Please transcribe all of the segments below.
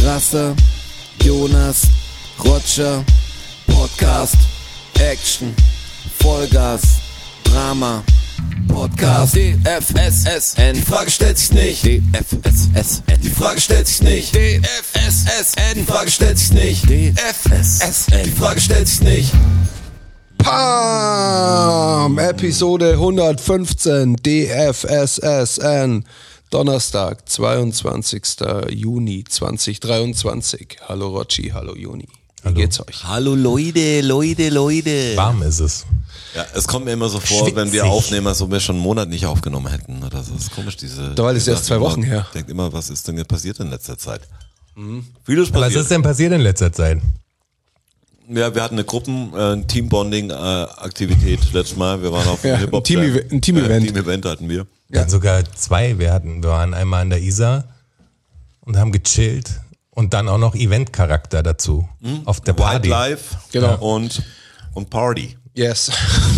Rasse, Jonas, Roger, Podcast, Action, Vollgas, Drama, Podcast, DFSSN, die Frage stellt sich nicht, DFSSN, die Frage stellt sich nicht, DFSSN, die Frage stellt sich nicht, DFSSN, die Frage stellt sich nicht. Pam! Episode 115 DFSSN. Donnerstag, 22. Juni 2023. Hallo Rotschi, hallo Juni. Wie geht's euch? Hallo Leute. Warm ist es. Ja, es kommt mir immer so vor, wenn wir aufnehmen, als ob wir schon einen Monat nicht aufgenommen hätten. Oder so. Das ist komisch, diese. Weil es erst 2 Wochen her. Ich denke immer, was ist denn jetzt passiert in letzter Zeit? Vieles passiert. Was ist denn passiert in letzter Zeit? Ja, wir hatten eine Team-Bonding-Aktivität letztes Mal. Wir waren auf einem Hip-Hop. Ein Team-Event. Team-Event hatten wir. Wir hatten sogar 2. Wir waren einmal an der Isar und haben gechillt und dann auch noch Event-Charakter dazu. Auf der Party. Wildlife Genau. und Party. Yes.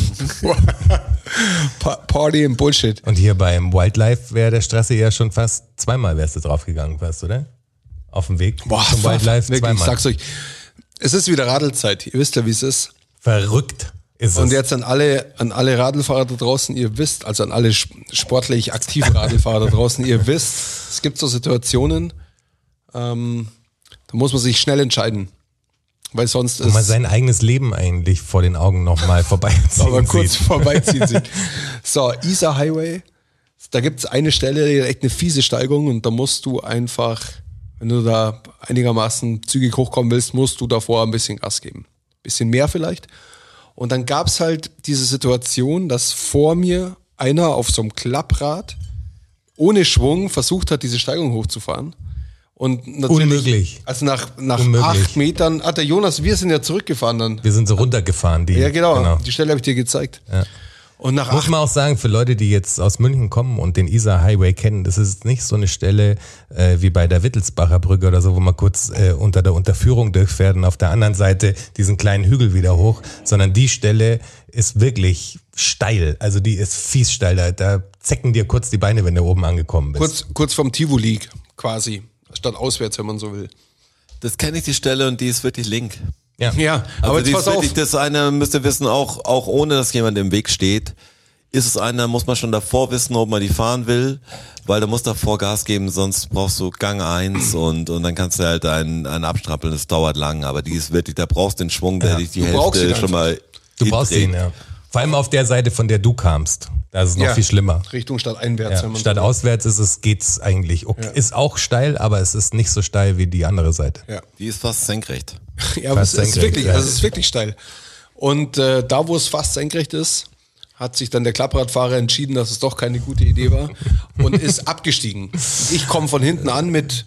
Party und Bullshit. Und hier beim Wildlife wäre der Straße ja schon fast 2-mal wärst du draufgegangen fast, oder? Auf dem Weg zum Wildlife wirklich, 2-mal. ich sag's euch. Es ist wieder Radelzeit. Ihr wisst ja, wie es ist. Verrückt ist es. Und jetzt an alle Radlfahrer da draußen, ihr wisst, also an alle sportlich aktiven Radlfahrer da draußen, ihr wisst, es gibt so Situationen, da muss man sich schnell entscheiden. Weil sonst ist... Wo man sein eigenes Leben eigentlich vor den Augen nochmal vorbeiziehen aber kurz sieht. vorbeiziehen sieht. So, Isar Highway, da gibt's eine Stelle, die hat echt eine fiese Steigung und da musst du einfach, wenn du da einigermaßen zügig hochkommen willst, musst du davor ein bisschen Gas geben. Bisschen mehr vielleicht. Und dann gab's halt diese Situation, dass vor mir einer auf so einem Klapprad ohne Schwung versucht hat, diese Steigung hochzufahren. Und natürlich, Unmöglich. also nach Unmöglich. 8 Metern, der Jonas, wir sind ja zurückgefahren dann. Wir sind so runtergefahren. Ja, genau. Die Stelle habe ich dir gezeigt. Ja. Und nach Muss man auch sagen, für Leute, die jetzt aus München kommen und den Isar Highway kennen, das ist nicht so eine Stelle wie bei der Wittelsbacher Brücke oder so, wo man kurz unter der Unterführung durchfährt und auf der anderen Seite diesen kleinen Hügel wieder hoch, sondern die Stelle ist wirklich steil. Also die ist fies steil. Da zecken dir kurz die Beine, wenn du oben angekommen bist. kurz vom Tivoli quasi, statt auswärts, wenn man so will. Das kenne ich, die Stelle, und die ist wirklich link. Ja, aber Also jetzt pass auf. wirklich, das eine, müsst ihr wissen, auch ohne, dass jemand im Weg steht, ist es einer, muss man schon davor wissen, ob man die fahren will, weil du musst davor Gas geben, sonst brauchst du Gang 1 und dann kannst du halt einen abstrappeln, das dauert lang, aber die ist wirklich, da brauchst du den Schwung, der dich die Hälfte schon mal Du brauchst ihn, ja. Vor allem auf der Seite, von der du kamst. Da ist es noch viel schlimmer. Richtung stadteinwärts. Ja, statt auswärts geht's eigentlich okay. Ja. Ist auch steil, aber es ist nicht so steil wie die andere Seite. Ja, Die ist fast senkrecht. ja, aber es ist wirklich, also es ist wirklich steil. Und da, wo es fast senkrecht ist, hat sich dann der Klappradfahrer entschieden, dass es doch keine gute Idee war und ist abgestiegen. Ich komme von hinten an mit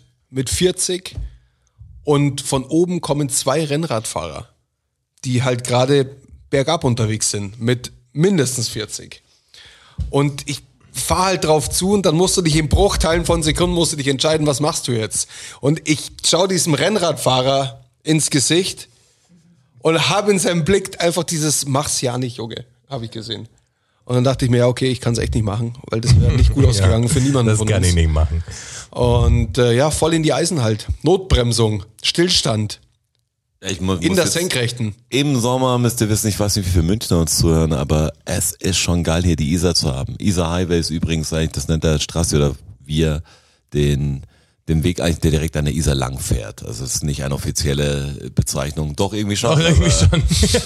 40 und von oben kommen 2 Rennradfahrer, die halt gerade bergab unterwegs sind mit mindestens 40. Und ich fahr halt drauf zu und dann musst du dich in Bruchteilen von Sekunden entscheiden, was machst du jetzt? Und ich schaue diesem Rennradfahrer ins Gesicht und habe in seinem Blick einfach dieses "Mach's ja nicht, Junge", habe ich gesehen. Und dann dachte ich mir, ja, okay, ich kann es echt nicht machen, weil das wäre nicht gut ausgegangen für niemanden das von kann uns. ich nicht machen. Und voll in die Eisen halt. Notbremsung, Stillstand. Ich muss In der jetzt- Senkrechten. Im Sommer müsst ihr wissen, ich weiß nicht, wie viele Münchner uns zuhören, aber es ist schon geil, hier die Isar zu haben. Isar Highway ist übrigens eigentlich, das nennt der Straße oder wir, den Weg eigentlich, der direkt an der Isar lang fährt. Also es ist nicht eine offizielle Bezeichnung. Doch, irgendwie schon. Doch, irgendwie schon.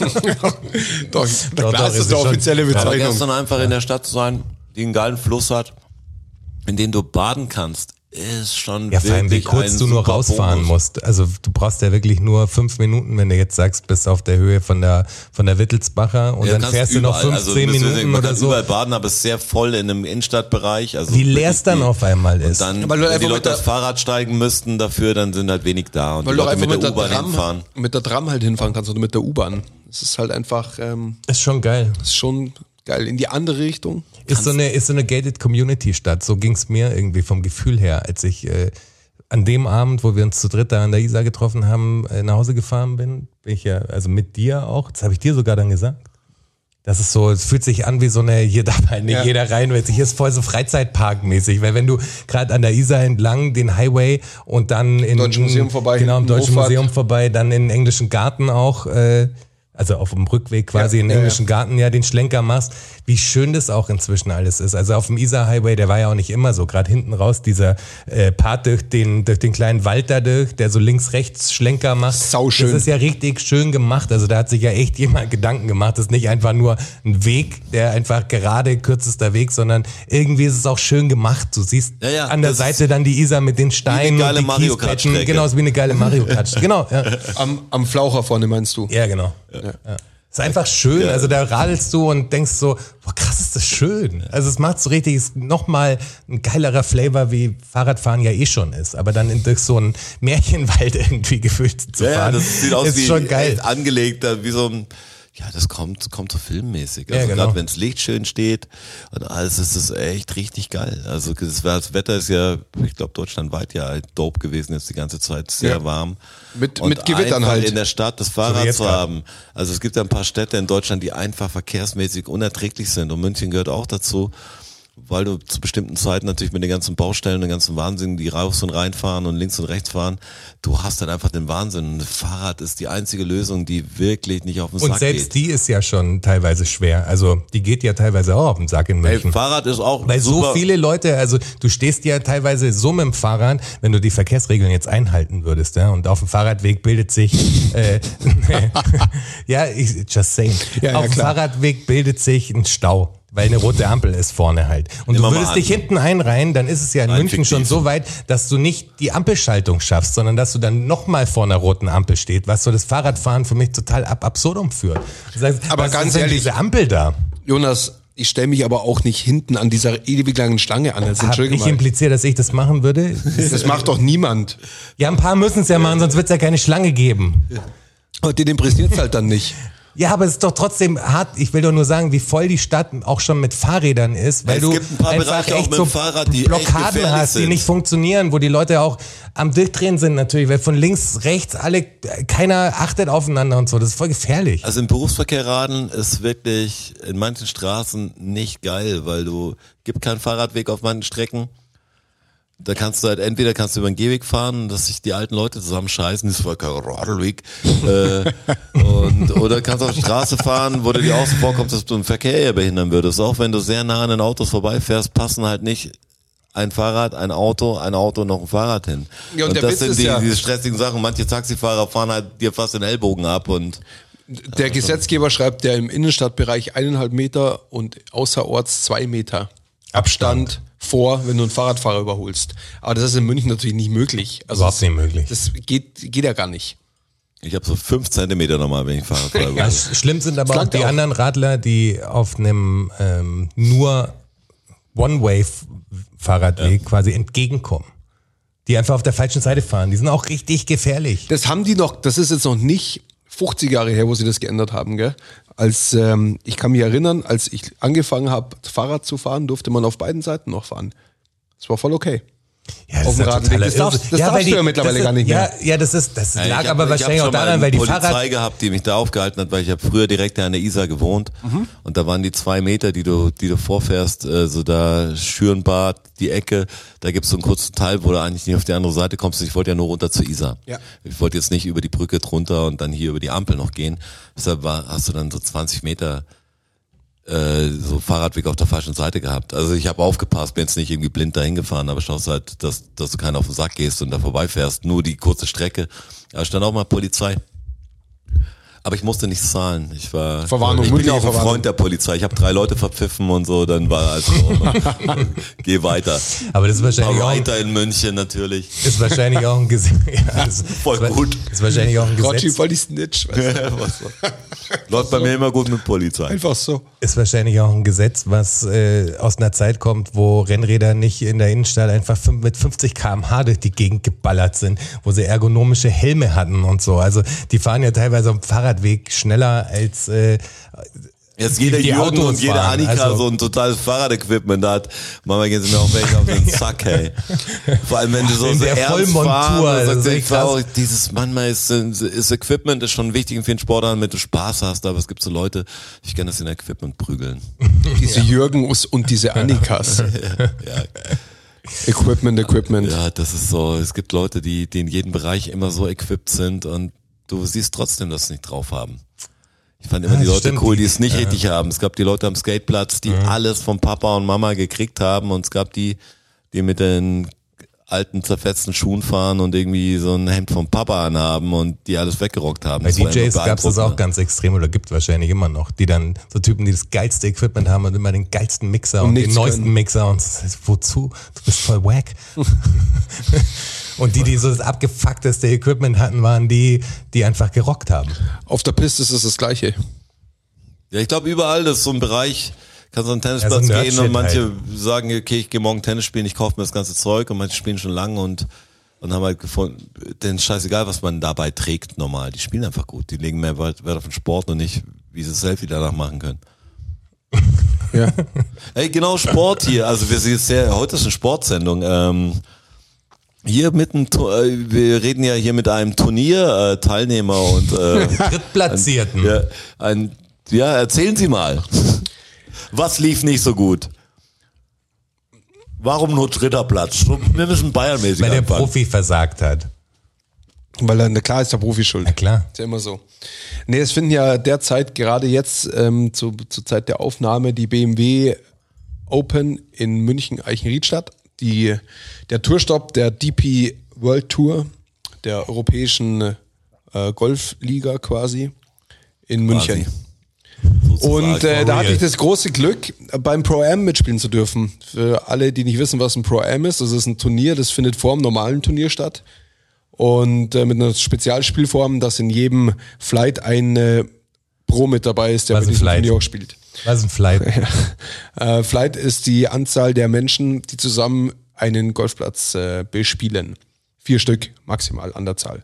Doch, Doch, klar, ist ist es eine schon. offizielle Aber Bezeichnung. gestern einfach in der Stadt zu sein, die einen geilen Fluss hat, in dem du baden kannst, ist schon Ja, vor allem, wie wirklich kurz ein du nur super rausfahren Bonus. musst. Also du brauchst ja wirklich nur 5 Minuten, wenn du jetzt sagst, bist auf der Höhe von der Wittelsbacher und Ja, dann kannst fährst du noch überall, 15 müsst ihr Minuten sehen, man oder kann so. überall baden, aber es ist sehr voll in einem Innenstadtbereich. Also Wie leer es wirklich dann auf einmal ist. Und dann, Weil du wenn die einfach Leute mit aufs Fahrrad steigen müssten dafür, dann sind halt wenig da. Und Weil die du Leute einfach mit der U-Bahn hinfahren. mit der Tram halt hinfahren kannst oder mit der U-Bahn. Das ist halt einfach, Ist schon geil. ist schon geil. In die andere Richtung. Ist so eine gated Community Stadt. So ging's mir irgendwie vom Gefühl her, als ich an dem Abend, wo wir uns zu dritt da an der Isar getroffen haben, nach Hause gefahren bin ich ja, also mit dir auch, das habe ich dir sogar dann gesagt. Das ist so, es fühlt sich an wie so eine, hier darf halt nicht jeder rein, weil hier ist voll so Freizeitparkmäßig, weil wenn du gerade an der Isar entlang den Highway und dann im Deutschen Museum vorbei, genau, im Deutschen Hochfahrt. Museum vorbei, dann in den englischen Garten auch, also auf dem Rückweg quasi in den englischen Garten den Schlenker machst, wie schön das auch inzwischen alles ist. Also auf dem Isar Highway, der war ja auch nicht immer so, gerade hinten raus, dieser Part durch den kleinen Wald da durch, der so links-rechts Schlenker macht. Sauschön. Das ist ja richtig schön gemacht, also da hat sich ja echt jemand Gedanken gemacht, das ist nicht einfach nur ein Weg, der einfach gerade, kürzester Weg, sondern irgendwie ist es auch schön gemacht. Du siehst an der Seite dann die Isar mit den Steinen und die Mario Kiesbetten. Genau, ist wie eine geile Mario Kart. Genau, ja. Am Flaucher vorne meinst du? Ja, genau. Ja. Ist einfach schön, also da radelst du und denkst so, boah krass, ist das schön. Also es macht so richtig, ist nochmal ein geilerer Flavor, wie Fahrradfahren ja schon ist, aber dann durch so einen Märchenwald irgendwie gefühlt zu fahren. Ja, das sieht aus ist wie schon geil. echt angelegt, wie so ein, das kommt so filmmäßig. Also genau. gerade wenn das Licht schön steht und alles, ist das echt richtig geil. Also das Wetter ist ja, ich glaube deutschlandweit dope gewesen, jetzt die ganze Zeit sehr warm. Mit Gewittern einfach halt. in der Stadt das Fahrrad zu haben. Also es gibt ja ein paar Städte in Deutschland, die einfach verkehrsmäßig unerträglich sind und München gehört auch dazu, weil du zu bestimmten Zeiten natürlich mit den ganzen Baustellen, den ganzen Wahnsinn, die raus und reinfahren und links und rechts fahren, du hast dann einfach den Wahnsinn. Und das Fahrrad ist die einzige Lösung, die wirklich nicht auf den Sack geht. Und selbst die ist ja schon teilweise schwer. Also die geht ja teilweise auch auf den Sack in München. Fahrrad ist auch weil super. So viele Leute, also du stehst ja teilweise so mit dem Fahrrad, wenn du die Verkehrsregeln jetzt einhalten würdest, ja, und auf dem Fahrradweg bildet sich, just saying, auf dem Fahrradweg bildet sich ein Stau. Weil eine rote Ampel ist vorne halt. Und du würdest dich hinten einreihen, dann ist es ja in München schon so weit, dass du nicht die Ampelschaltung schaffst, sondern dass du dann nochmal vor einer roten Ampel stehst, was so das Fahrradfahren für mich total ab absurdum führt. Das heißt, aber ganz ehrlich, diese Ampel da. Jonas, ich stelle mich aber auch nicht hinten an dieser ewig langen Schlange an. Hab ich impliziert, dass ich das machen würde? Das macht doch niemand. Ja, ein paar müssen es ja machen, sonst wird es ja keine Schlange geben. Aber den interessiert es halt dann nicht. Ja, aber es ist doch trotzdem hart. Ich will doch nur sagen, wie voll die Stadt auch schon mit Fahrrädern ist, weil du einfach echt so Blockaden hast, die nicht funktionieren, wo die Leute auch am Durchdrehen sind natürlich, weil von links, rechts keiner achtet aufeinander und so. Das ist voll gefährlich. Also im Berufsverkehr radeln ist wirklich in manchen Straßen nicht geil, weil gibt keinen Fahrradweg auf manchen Strecken. Da kannst du halt entweder über den Gehweg fahren, dass sich die alten Leute zusammenscheißen, das ist voll kein Radlweg, oder kannst auf die Straße fahren, wo dir die Außen vorkommt, dass du den Verkehr behindern würdest. Auch wenn du sehr nah an den Autos vorbeifährst, passen halt nicht ein Fahrrad, ein Auto, noch ein Fahrrad hin. Ja, und das sind diese stressigen Sachen. Manche Taxifahrer fahren halt dir fast den Ellbogen ab und der Gesetzgeber schreibt ja im Innenstadtbereich 1,5 Meter und außerorts 2 Meter Abstand vor, wenn du einen Fahrradfahrer überholst. Aber das ist in München natürlich nicht möglich. Also überhaupt nicht möglich. Das geht ja gar nicht. Ich habe so 5 Zentimeter nochmal, wenn ich Fahrradfahrer bin. Ja, schlimm sind aber auch die anderen Radler, die auf einem nur One-Way-Fahrradweg quasi entgegenkommen. Die einfach auf der falschen Seite fahren. Die sind auch richtig gefährlich. Das haben die noch, das ist jetzt noch nicht 50 Jahre her, wo sie das geändert haben, gell? Ich kann mich erinnern, als ich angefangen habe, Fahrrad zu fahren, durfte man auf beiden Seiten noch fahren. Das war voll okay. Ja, auf dem Radweg. Das darfst du ja mittlerweile gar nicht mehr. Ja, das lag aber wahrscheinlich auch daran, weil die Fahrrad... Ich habe schon mal eine Polizei gehabt, die mich da aufgehalten hat, weil ich habe früher direkt an der Isar gewohnt und da waren die 2 Meter, die du vorfährst, so da Schürenbad, die Ecke, da gibt's so einen kurzen Teil, wo du eigentlich nicht auf die andere Seite kommst. Ich wollte ja nur runter zur Isar. Ja. Ich wollte jetzt nicht über die Brücke drunter und dann hier über die Ampel noch gehen. Deshalb hast du dann so 20 Meter so Fahrradweg auf der falschen Seite gehabt. Also ich habe aufgepasst, bin jetzt nicht irgendwie blind dahin gefahren, aber schaust halt, dass du keinen auf den Sack gehst und da vorbeifährst, nur die kurze Strecke. Da stand auch mal Polizei. Aber ich musste nichts zahlen. Ich bin ja auch ein Freund der Polizei. Ich habe 3 Leute verpfiffen und so, dann war also geh weiter. Aber das ist wahrscheinlich auch weiter in München natürlich. Ist wahrscheinlich auch ein Gesetz. Ja, voll gut. Ist wahrscheinlich auch ein Gesetz. Gotchi, voll die Snitch. Läuft bei mir immer gut mit Polizei. Einfach so. Ist wahrscheinlich auch ein Gesetz, was aus einer Zeit kommt, wo Rennräder nicht in der Innenstadt einfach mit 50 km/h durch die Gegend geballert sind, wo sie ergonomische Helme hatten und so. Also die fahren ja teilweise am Fahrradweg schneller als Jetzt jeder die Jürgen Autos und jede fahren, Annika also- so ein totales Fahrradequipment hat. Manchmal gehen sie mir auch welche auf den Sack, hey. Vor allem, wenn du so In der ernst Vollmontur, fahren, das ist so echt krass. manchmal ist Equipment ist schon wichtig in vielen Sportarten, damit du Spaß hast, aber es gibt so Leute, ich kann das in Equipment prügeln. Diese Jürgens und diese Annikas. Ja. Equipment. Ja, das ist so, es gibt Leute, die in jedem Bereich immer so equipped sind und du siehst trotzdem, dass sie nicht drauf haben. Ich fand immer die das Leute stimmt. cool, die es nicht richtig haben. Es gab die Leute am Skateplatz, die alles von Papa und Mama gekriegt haben und es gab die mit den alten zerfetzten Schuhen fahren und irgendwie so ein Hemd vom Papa anhaben und die alles weggerockt haben. Bei Das war immer DJs gab es das auch beeindruckend. ganz extrem oder gibt wahrscheinlich immer noch, die dann so Typen, die das geilste Equipment haben und immer den geilsten Mixer und den nichts neuesten können. Mixer und das heißt, wozu? Du bist voll wack. Und die so das abgefuckteste Equipment hatten, waren die einfach gerockt haben. Auf der Piste ist es das Gleiche. Ja, ich glaube überall, das ist so ein Bereich, kannst du an den Ja, Tennisplatz so gehen Nerdshit und manche halt. sagen, okay, ich gehe morgen Tennis spielen, ich kaufe mir das ganze Zeug und manche spielen schon lange und haben halt gefunden, denen ist scheißegal, was man dabei trägt normal. Die spielen einfach gut, die legen mehr Wert auf den Sport und nicht, wie sie das Selfie danach machen können. Ja. Ey, genau, Sport hier, also wir sind jetzt heute ist eine Sportsendung, hier wir reden ja hier mit einem Turnier-Teilnehmer und Drittplatzierten. ja, erzählen Sie mal. Was lief nicht so gut? Warum nur dritter Platz? Wir müssen bayernmäßig Weil der anfangen. Profi versagt hat. Weil dann, klar ist der Profi schuld. Na klar. Ist ja immer so. Nee, es finden ja derzeit, gerade jetzt zur Zeit der Aufnahme, die BMW Open in München-Eichenried statt. Der Tourstopp der DP World Tour, der europäischen Golfliga quasi, in München. Sozusagen. Und da hatte ich das große Glück, beim Pro-Am mitspielen zu dürfen. Für alle, die nicht wissen, was ein Pro-Am ist, das ist ein Turnier, das findet vor dem normalen Turnier statt. Und mit einer Spezialspielform, dass in jedem Flight ein Pro mit dabei ist, der Was bei ein diesem Flight? Turnier auch spielt. Was ein Flight. Flight ist die Anzahl der Menschen, die zusammen einen Golfplatz bespielen. 4 Stück maximal an der Zahl.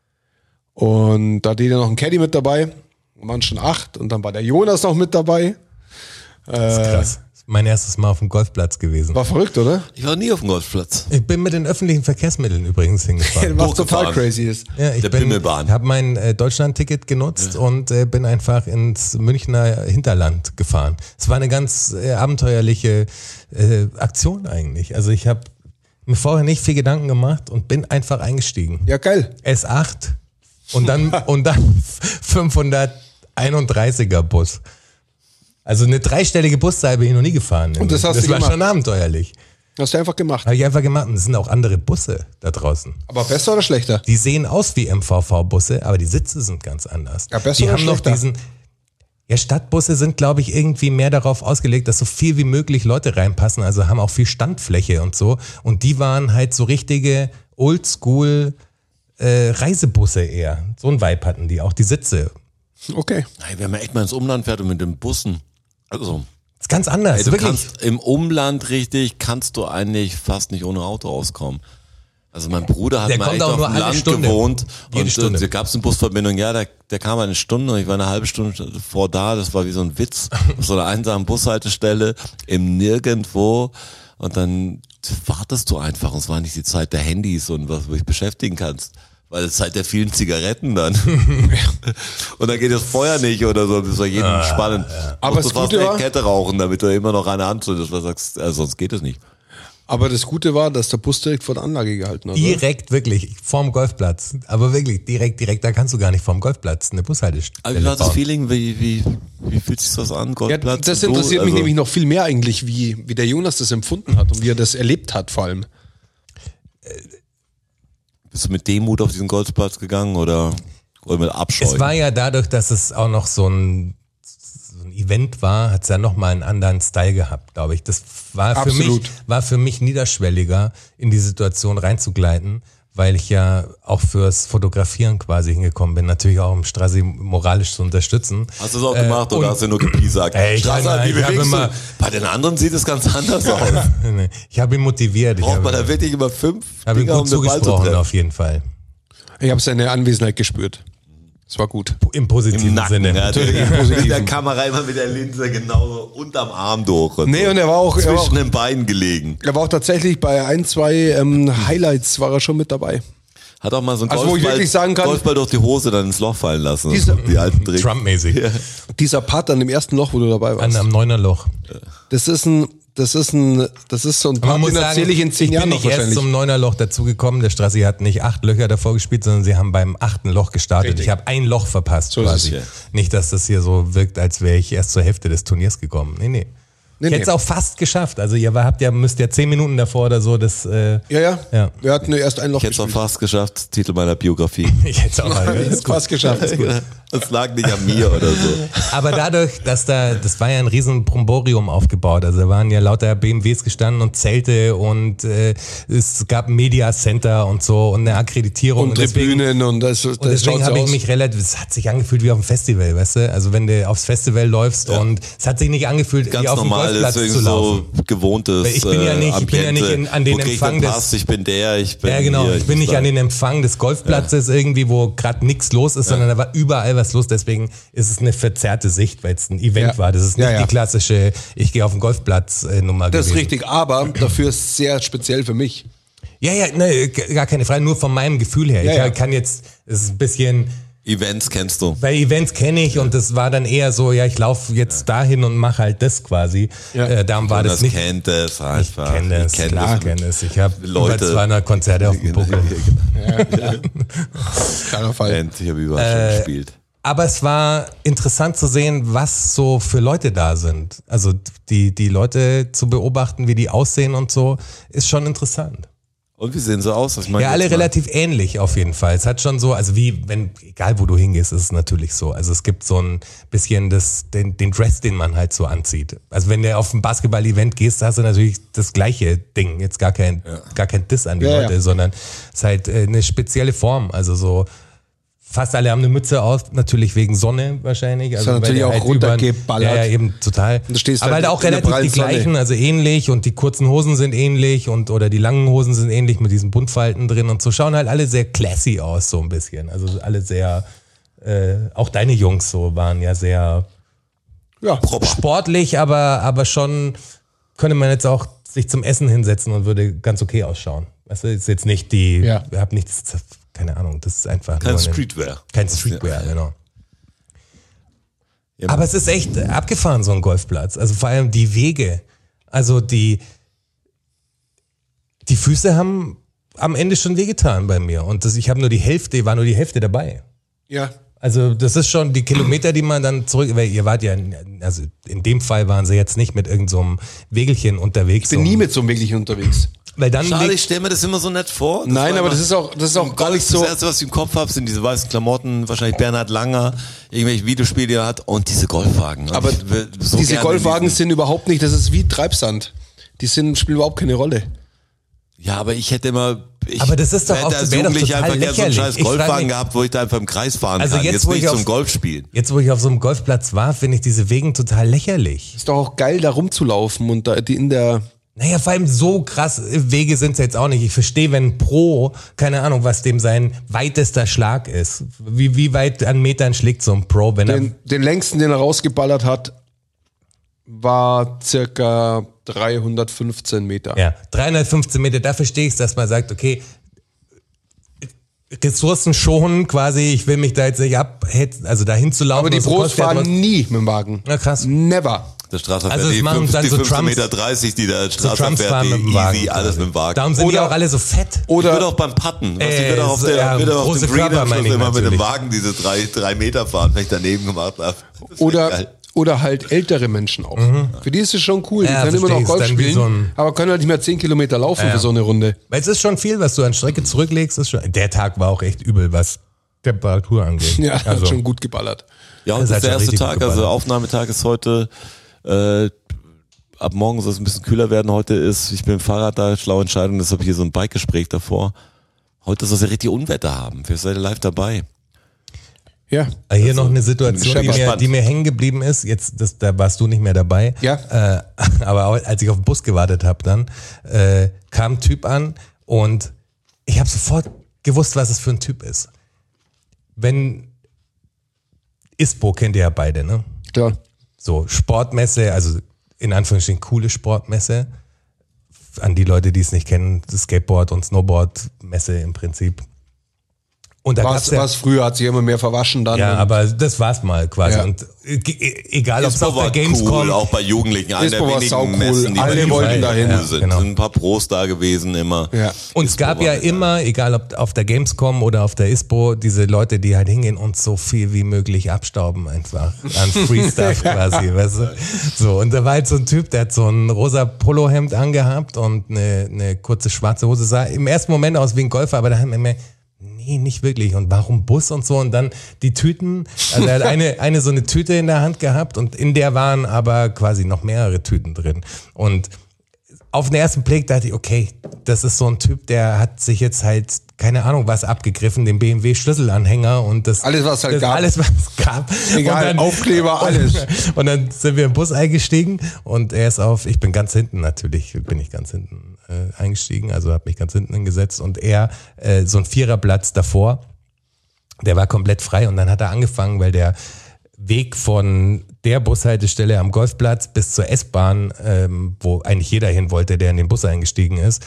Und da hatte jeder noch ein Caddy mit dabei. Waren schon 8 und dann war der Jonas noch mit dabei. Das ist krass. Das ist mein erstes Mal auf dem Golfplatz gewesen. War verrückt, oder? Ich war nie auf dem Golfplatz. Ich bin mit den öffentlichen Verkehrsmitteln übrigens hingefahren. Was total Hochgefahren. crazy ist. Ja, ich Der Bimmelbahn. habe mein Deutschland-Ticket genutzt und bin einfach ins Münchner Hinterland gefahren. Es war eine ganz abenteuerliche Aktion eigentlich. Also ich habe mir vorher nicht viel Gedanken gemacht und bin einfach eingestiegen. Ja, geil. S8 und dann 531er Bus. Also eine 3-stellige Buszahl bin ich noch nie gefahren. Und das hast du war gemacht? schon abenteuerlich. Hast du einfach gemacht. Habe ich einfach gemacht. Und es sind auch andere Busse da draußen. Aber besser oder schlechter? Die sehen aus wie MVV-Busse, aber die Sitze sind ganz anders. Ja, besser die oder haben noch schlechter? diesen. Ja, Stadtbusse sind, glaube ich, irgendwie mehr darauf ausgelegt, dass so viel wie möglich Leute reinpassen. Also haben auch viel Standfläche und so. Und die waren halt so richtige Oldschool Reisebusse eher. So ein Vibe hatten die, auch die Sitze. Okay. Hey, wenn man echt mal ins Umland fährt und mit den Bussen, also Ist ganz anders, hey, du wirklich. kannst im Umland kannst du eigentlich fast nicht ohne Auto auskommen. Also mein Bruder hat Der mal kommt echt auch auf nur dem alle Land Stunde. gewohnt Jede und Stunde. da gab es eine Busverbindung, ja, der kam eine Stunde und ich war eine halbe Stunde vor da, das war wie so ein Witz, auf so einer einsamen Bushaltestelle im Nirgendwo und dann wartest du einfach und es war nicht die Zeit der Handys und was du dich beschäftigen kannst. Weil es Zeit der vielen Zigaretten dann. Und dann geht das Feuer nicht oder so, das war jedem spannend. Aber Musst das du fast Gute eine war- Kette rauchen, damit du immer noch eine anzündest, weil du sagst, sonst geht es nicht. Aber das Gute war, dass der Bus direkt vor der Anlage gehalten hat. oder? Direkt, wirklich, vorm Golfplatz. Aber wirklich, direkt, da kannst du gar nicht vorm Golfplatz eine Bushaltestelle Aber wie war das bauen. Feeling, wie fühlt sich das an, Ja, Golfplatz? das und so? interessiert mich Also, nämlich noch viel mehr eigentlich, wie der Jonas das empfunden hat und wie er das erlebt hat vor allem. Bist du mit Demut auf diesen Golfplatz gegangen oder mit Abscheu? Es war ja dadurch, dass es auch noch so ein Event war, hat es ja nochmal einen anderen Style gehabt, glaube ich. Das Absolut. war für mich niederschwelliger, in die Situation reinzugleiten, weil ich ja auch fürs Fotografieren quasi hingekommen bin, natürlich auch um Strassi moralisch zu unterstützen. Hast du es auch gemacht oder und- hast du nur gepiesackt? Ey, ich Strasser, meine, wie ich hab bewegst du? immer- Bei den anderen sieht es ganz anders aus. Ich habe ihn motiviert. Ich Braucht man da habe wirklich immer 5 hab ihn Dinger, gut um den Ball zu zugesprochen, treffen? auf jeden Fall. Ich habe seine Anwesenheit gespürt. Es war gut. Im positiven Sinne. Natürlich mit der Kamera immer mit der Linse genauso unterm Arm durch. Und Nee, so. und er war auch zwischen den Beinen gelegen. Er war auch tatsächlich bei 1-2 Highlights war er schon mit dabei. Hat auch mal so ein Also, wo ich wirklich sagen kann- Golfball durch die Hose dann ins Loch fallen lassen. Diese- die alten Tricks. Trump-mäßig. Dieser Putt an dem ersten Loch, wo du dabei warst. Am 9er Loch. Das ist so ein Putt, den erzähle ich in 10 Jahren bin noch nicht erst wahrscheinlich. zum 9er Loch dazugekommen. Der Strassi hat nicht 8 Löcher davor gespielt, sondern sie haben beim 8. Loch gestartet. Richtig. Ich habe ein Loch verpasst So ist quasi. es, ja. Nicht, dass das hier so wirkt, als wäre ich erst zur Hälfte des Turniers gekommen. Nee. Ich hätte es auch fast geschafft. Also ihr müsst ja 10 Minuten davor oder so das... Ja. Ja. Wir hatten nur erst ein Loch Ich hätte es auch gespielt. fast geschafft, Titel meiner Biografie. Ich hätte es auch mal. Ist gut. Fast geschafft. Ist gut. Das lag nicht an mir oder so. Aber dadurch, das war ja ein riesen Bromborium aufgebaut. Also da waren ja lauter BMWs gestanden und Zelte und es gab ein Media Center und so und eine Akkreditierung. Und deswegen, Tribünen und das und deswegen schaut habe so ich aus. mich es hat sich angefühlt wie auf dem Festival, weißt du? Also wenn du aufs Festival läufst und es hat sich nicht angefühlt, Ganz wie auf dem normal Golfplatz ist zu irgendwie laufen. so gewohntes Weil ich bin ja nicht Ambiente. an den Wo krieg ich Empfang den des- Pass? Ich bin der, ich bin Ja, genau. hier, Ich bin nicht da. an den Empfang des Golfplatzes irgendwie, wo gerade nichts los ist, sondern da war überall was los. Deswegen ist es eine verzerrte Sicht, weil es ein Event Ja. war. Das ist nicht Ja, ja. die klassische, ich gehe auf den Golfplatz Nummer Das ist gewesen. richtig, aber dafür ist es sehr speziell für mich. Ja, ne, gar keine Frage, nur von meinem Gefühl her. Ja, Ich ja. kann jetzt, es ist ein bisschen, Events kennst du. bei Events kenne ich und das war dann eher so, ja, ich laufe jetzt dahin und mache halt das quasi. Ja. Darum war das nicht. kennt es Ich einfach. kenne es, kenn klar, das. kenne es. Ich habe Leute- über 200 Konzerte auf dem Buckel. Kleiner Fall. Ich habe überall schon gespielt. Aber es war interessant zu sehen, was so für Leute da sind. Also die Leute zu beobachten, wie die aussehen und so, ist schon interessant. Und wie sehen sie aus? Was meinst Ja, du alle jetzt mal? relativ ähnlich auf jeden Fall. Es hat schon so, also egal wo du hingehst, ist es natürlich so. Also es gibt so ein bisschen den Dress, den man halt so anzieht. Also wenn du auf ein Basketball-Event gehst, hast du natürlich das gleiche Ding. Jetzt gar kein Diss an die Ja, Leute, ja. sondern es ist halt eine spezielle Form. Also so, fast alle haben eine Mütze auf, natürlich wegen Sonne wahrscheinlich. Also Ist natürlich weil die auch übern- runtergeballert. Ja, eben total. Du stehst Aber halt halt auch in der relativ die prallen Sonne. gleichen, also ähnlich und die kurzen Hosen sind ähnlich oder die langen Hosen sind ähnlich mit diesen Buntfalten drin und so schauen halt alle sehr classy aus, so ein bisschen. Also alle sehr, auch deine Jungs so waren ja sehr Ja, sportlich, aber schon könnte man jetzt auch sich zum Essen hinsetzen und würde ganz okay ausschauen. Weißt du, ist jetzt nicht Ja. wir haben nichts, keine Ahnung, das ist einfach Kein nur eine- Streetwear. Kein Streetwear, genau. Ja. Aber es ist echt abgefahren, so ein Golfplatz. Also vor allem die Wege. Also die Füße haben am Ende schon wehgetan bei mir. Und ich habe nur die Hälfte dabei. ja. Also das ist schon die Kilometer, die man dann zurück, weil ihr wart ja, also in dem Fall waren sie jetzt nicht mit irgend so einem Wegelchen unterwegs. Ich bin nie mit so einem Wirklichen unterwegs. Weil dann Schade, ich stelle mir das immer so nett vor. Nein, war aber immer- das ist auch gar nicht so. Das Erste, was ich im Kopf habe, sind diese weißen Klamotten, wahrscheinlich Bernhard Langer, irgendwelche Videospiele, die er hat und diese Golfwagen. Und Aber ich will so diese gerne Golfwagen diesen- sind überhaupt nicht, das ist wie Treibsand. Spielen überhaupt keine Rolle. Ja, aber ich hätte immer. Aber das ist doch hätte auch- als wäre doch Jugendlicher total einfach gerne so einen lächerlich. scheiß Ich frag Golfwagen mich- gehabt, wo ich da einfach im Kreis fahren Also kann. jetzt, Jetzt wo nicht ich zum auf- Golf spielen. Jetzt, wo ich auf so einem Golfplatz war, finde ich diese Wegen total lächerlich. Ist doch auch geil, da rumzulaufen und da die in der. Naja, vor allem so krass Wege sind es jetzt auch nicht. Ich verstehe, wenn Pro, keine Ahnung, was dem sein weitester Schlag ist. Wie weit an Metern schlägt so ein Pro, wenn Den längsten, den er rausgeballert hat, war circa 315 Meter. ja, 315 Meter, da verstehe ich es, dass man sagt, okay, Ressourcen schonen quasi, ich will mich da jetzt nicht also dahin zu laufen. Aber die und so Pros kostet ja fahren trotzdem- nie mit dem Wagen. Ja, krass. Never. Der Straße Also fährt das machen dann die so 15,30 Trumps- Meter, die der So Straße Trumps fährt, fahren die mit dem Wagen. easy, alles mit dem Wagen. Darum sind die Oder- auch alle so fett. Wird Oder, auch beim Putten. Was Äh, wird auch auf, ja, wird auch auf große dem Green Körper am meine Schluss ich immer mit dem natürlich. Wagen diese drei Meter fahren, wenn ich daneben gemacht habe. Das wär geil. oder halt ältere Menschen auch. Für die ist es schon cool. Die Ja, können immer verstehe noch ich. Golf Ist dann wie spielen, so ein- aber können halt nicht mehr 10 Kilometer laufen Ja. für so eine Runde. Weil es ist schon viel, was du an Strecke zurücklegst. Ist schon, der Tag war auch echt übel, was Temperatur angeht. Ja, also, hat schon gut geballert. Ja, Das und ist das halt ist der schon erste richtig Tag, gut also geballert. Aufnahmetag ist heute, ab morgen soll es ein bisschen kühler werden. Heute ist, ich bin im Fahrrad da, schlaue Entscheidung, deshalb hier so ein Bike-Gespräch davor. Heute soll es ja richtig Unwetter haben. Wir seid live dabei. Ja. Hier noch eine Situation, bin gespannt. die mir hängen geblieben ist. Da warst du nicht mehr dabei. Ja. Aber auch, als ich auf den Bus gewartet habe, dann kam ein Typ an und ich habe sofort gewusst, was es für ein Typ ist. Wenn ISPO kennt ihr ja beide, ne? Klar. So, Sportmesse, also in Anführungsstrichen coole Sportmesse. An die Leute, die es nicht kennen, Skateboard- und Snowboard-Messe im Prinzip. Und da gab's Was früher hat sich immer mehr verwaschen dann. ja, aber das war's mal quasi. Ja. Und egal, ob es ISPO auf der war Gamescom cool, auch bei Jugendlichen. Eine der ISPO war saucool. wenigen Messen, die Alle bei wollten Jugendlichen dahin. cool Ja, sind. genau. Sind ein paar Pros da gewesen immer. Ja. Und es gab ja immer, egal ob auf der Gamescom oder auf der ISPO, diese Leute, die halt hingehen und so viel wie möglich abstauben einfach an Free Stuff quasi, weißt du? So, und da war halt so ein Typ, der hat so ein rosa Polohemd angehabt und eine kurze schwarze Hose, sah im ersten Moment aus wie ein Golfer, aber da haben wir mir nee, nicht wirklich. Und warum Bus und so? Und dann die Tüten. Also er hat eine so eine Tüte in der Hand gehabt und in der waren aber quasi noch mehrere Tüten drin. Und auf den ersten Blick dachte ich, okay, das ist so ein Typ, der hat sich jetzt halt, keine Ahnung, was abgegriffen, den BMW-Schlüsselanhänger und das. Alles, was halt gab. Alles, was es gab. Egal, Und dann, Aufkleber, alles. Und dann sind wir im Bus eingestiegen und er ist ich bin ganz hinten natürlich, bin ich ganz hinten eingestiegen, also habe mich ganz hinten hingesetzt und er, so ein Viererplatz davor, der war komplett frei und dann hat er angefangen, weil der Weg von der Bushaltestelle am Golfplatz bis zur S-Bahn, wo eigentlich jeder hin wollte, der in den Bus eingestiegen ist,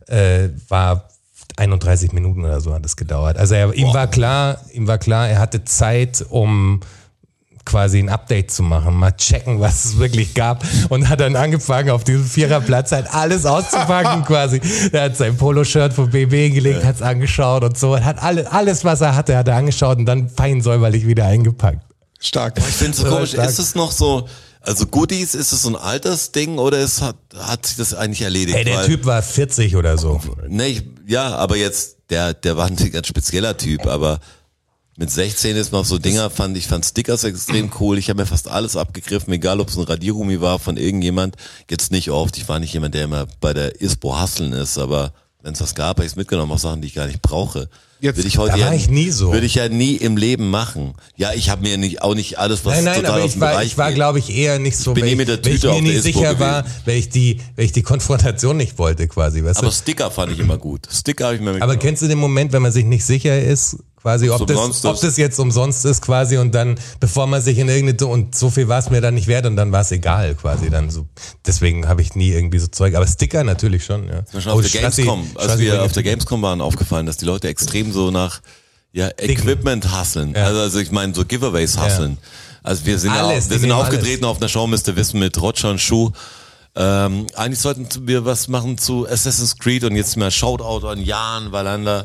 war 31 Minuten oder so hat es gedauert. Also ihm war klar, er hatte Zeit, um quasi ein Update zu machen, mal checken, was es wirklich gab und hat dann angefangen, auf diesem Viererplatz halt alles auszupacken quasi. Er hat sein Poloshirt vom BMW gelegt, hat es angeschaut und so, hat alles, was er hatte, hat er angeschaut und dann fein säuberlich wieder eingepackt. Stark. Ich finde es so komisch, stark. ist es noch so, also Goodies, ist es so ein Altersding oder hat sich das eigentlich erledigt? Ey, der Weil- Typ war 40 oder so. Nee, ja, aber jetzt, der war ein ganz spezieller Typ, aber mit 16 ist man auf so Dinger, ich fand Stickers extrem cool, ich habe mir fast alles abgegriffen, egal ob es ein Radiergummi war von irgendjemand, jetzt nicht oft, ich war nicht jemand, der immer bei der ISPO hustlen ist, aber wenn es was gab, habe ich es mitgenommen, auch Sachen, die ich gar nicht brauche. Jetzt- Würde ich heute Da war ich nie so. Würde ich ja nie im Leben machen. Ja, ich habe mir auch nicht alles, was Nein, total aber aus dem Bereich ich war geht. glaube ich eher nicht so, bin weil nie mit der weil ich Tüte mir auf nicht der ISPO sicher war, gewesen. weil ich die Konfrontation nicht wollte quasi, weißt Aber du? Sticker fand ich immer gut. Sticker habe ich mir Aber mitgenommen. kennst du den Moment, wenn man sich nicht sicher ist, quasi, ob umsonst das, ist. ob das jetzt umsonst ist quasi und dann, bevor man sich in irgendeine, und so viel war es mir dann nicht wert und dann war es egal quasi dann so. Deswegen habe ich nie irgendwie so Zeug, aber Sticker natürlich schon, ja. Zum Beispiel auf der Strassi- Gamescom, als Strassi wir bringt- auf der Gamescom waren, aufgefallen, dass die Leute extrem so nach Equipment hustlen. Ja. Also ich meine so Giveaways hustlen. Also wir sind, Alles, die wir sind nehmen aufgetreten auf einer Show, müsst ihr wissen, mit Roger und Schuh. Eigentlich sollten wir was machen zu Assassin's Creed und jetzt mal Shoutout an Jan Wallander.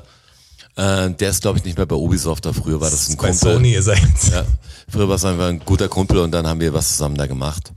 Der ist glaube ich nicht mehr bei Ubisoft, da früher war das ein Bei Kumpel. Sony ist er jetzt. Ja, früher war es einfach ein guter Kumpel und dann haben wir was zusammen da gemacht.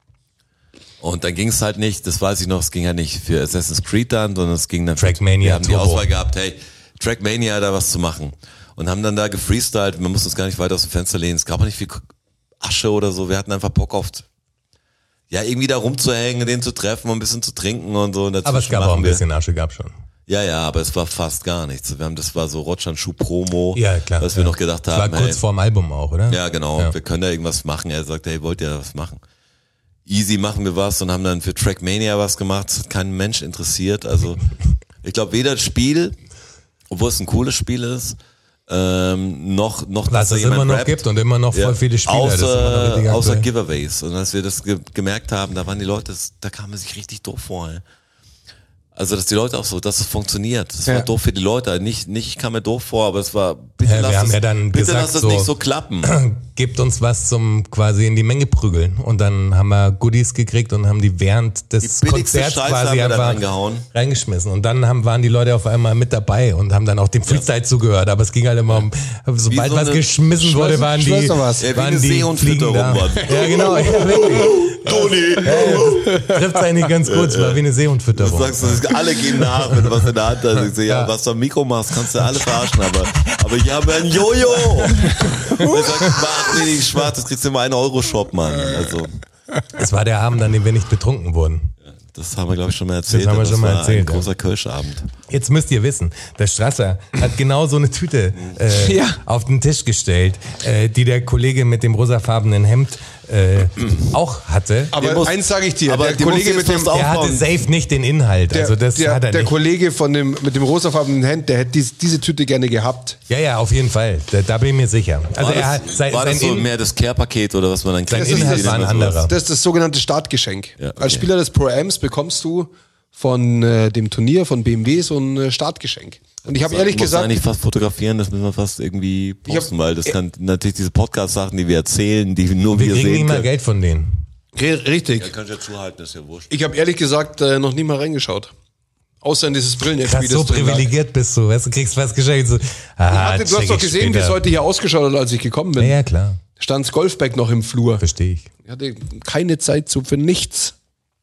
Und dann ging es halt nicht, das weiß ich noch, es ging halt nicht für Assassin's Creed dann, sondern es ging dann Trackmania wir haben die Turbo. Auswahl gehabt, hey, Trackmania da was zu machen. Und haben dann da gefreestylt, wir mussten uns gar nicht weiter aus dem Fenster lehnen, es gab auch nicht viel Asche oder so, wir hatten einfach Bock auf, ja, irgendwie da rumzuhängen, den zu treffen und ein bisschen zu trinken und so. Und Aber es gab auch ein bisschen Asche, gab schon. Ja, aber es war fast gar nichts. Das war so Rotschan Schuh Promo, Ja, klar. was wir noch gedacht Das war haben. kurz vorm Album auch, oder? Ja, genau. Ja. Wir können da irgendwas machen. Er sagt, hey, wollt ihr was machen? Easy, machen wir was und haben dann für Trackmania was gemacht. Das hat keinen Mensch interessiert. Also ich glaube, weder das Spiel, obwohl es ein cooles Spiel ist, noch Was dass da es jemand immer noch rappt. gibt und immer noch voll viele Spieler. das ist immer noch richtig Außer aktuell. Giveaways. Und als wir das gemerkt haben, da waren die Leute, da kam man sich richtig doof vor. Ey. Also, dass die Leute auch so, dass es funktioniert. Das war doof für die Leute. Nicht, ich kam mir doof vor, aber es war, bitte Ja, wir haben ja dann bitte gesagt, lass es so- nicht so klappen. Gebt uns was zum quasi in die Menge prügeln. Und dann haben wir Goodies gekriegt und haben die während des Die billigste Konzerts Scheiße quasi haben wir da einfach reingehauen. reingeschmissen. Und dann waren die Leute auf einmal mit dabei und haben dann auch dem Freestyle zugehört. Aber es ging halt immer um, sobald so was eine geschmissen wurde, waren die, Schwester was. Ja, wie waren eine die Seehundfütterung Fliegen da. war. Ja, genau, ja, wirklich. Toni! Trifft eigentlich ganz gut. Es war wie eine Seehundfütterung. Sagst du, alle gehen nach, wenn du was in der Hand hast. Ich so, ja, was du am Mikro machst, kannst du alle verarschen, aber ich habe ein Jojo! Und er sagt, mach mir nicht schwarz, das kriegst du immer einen Euro-Shop, Mann. Also, Es war der Abend, an dem wir nicht betrunken wurden. das haben wir, glaube ich, schon mal erzählt. Das haben wir aber schon mal war erzählt, ein ja. großer Kirschabend. Jetzt müsst ihr wissen, der Strasser hat genau so eine Tüte Ja. auf den Tisch gestellt, die der Kollege mit dem rosafarbenen Hemd auch hatte. Aber eins sage ich dir, aber der die Kollege musst mit du dem... jetzt Er hatte safe nicht den Inhalt. Also das hat er der nicht. Kollege mit dem rosafarbenen Hemd, der hätte diese Tüte gerne gehabt. Ja, auf jeden Fall. Da bin ich mir sicher. Also er hat war das so mehr das Care-Paket oder was man dann kriegt? Sein Inhalt war ein anderer. Das ist das sogenannte Startgeschenk. Ja, okay. Als Spieler des Pro-Ams bekommst du von dem Turnier von BMW so ein Startgeschenk. Und ich habe ehrlich gesagt... gesagt... eigentlich fast fotografieren, das müssen wir fast irgendwie posten, weil das kann natürlich diese Podcast-Sachen, die wir erzählen, die nur Wir wir kriegen sehen nie mal können. Geld von denen. Richtig. Kann ich ja zuhalten, ist ja wurscht. Ich habe ehrlich gesagt noch nie mal reingeschaut. Außer in dieses Brillen-Spiel. Krass, so privilegiert bist du. Weißt du, kriegst was geschenkt. So, Du hast doch gesehen, wie es heute hier ausgeschaut hat, als ich gekommen bin. Ja, klar. Stand's Golfbag noch im Flur. Verstehe ich. Ich hatte keine Zeit für nichts.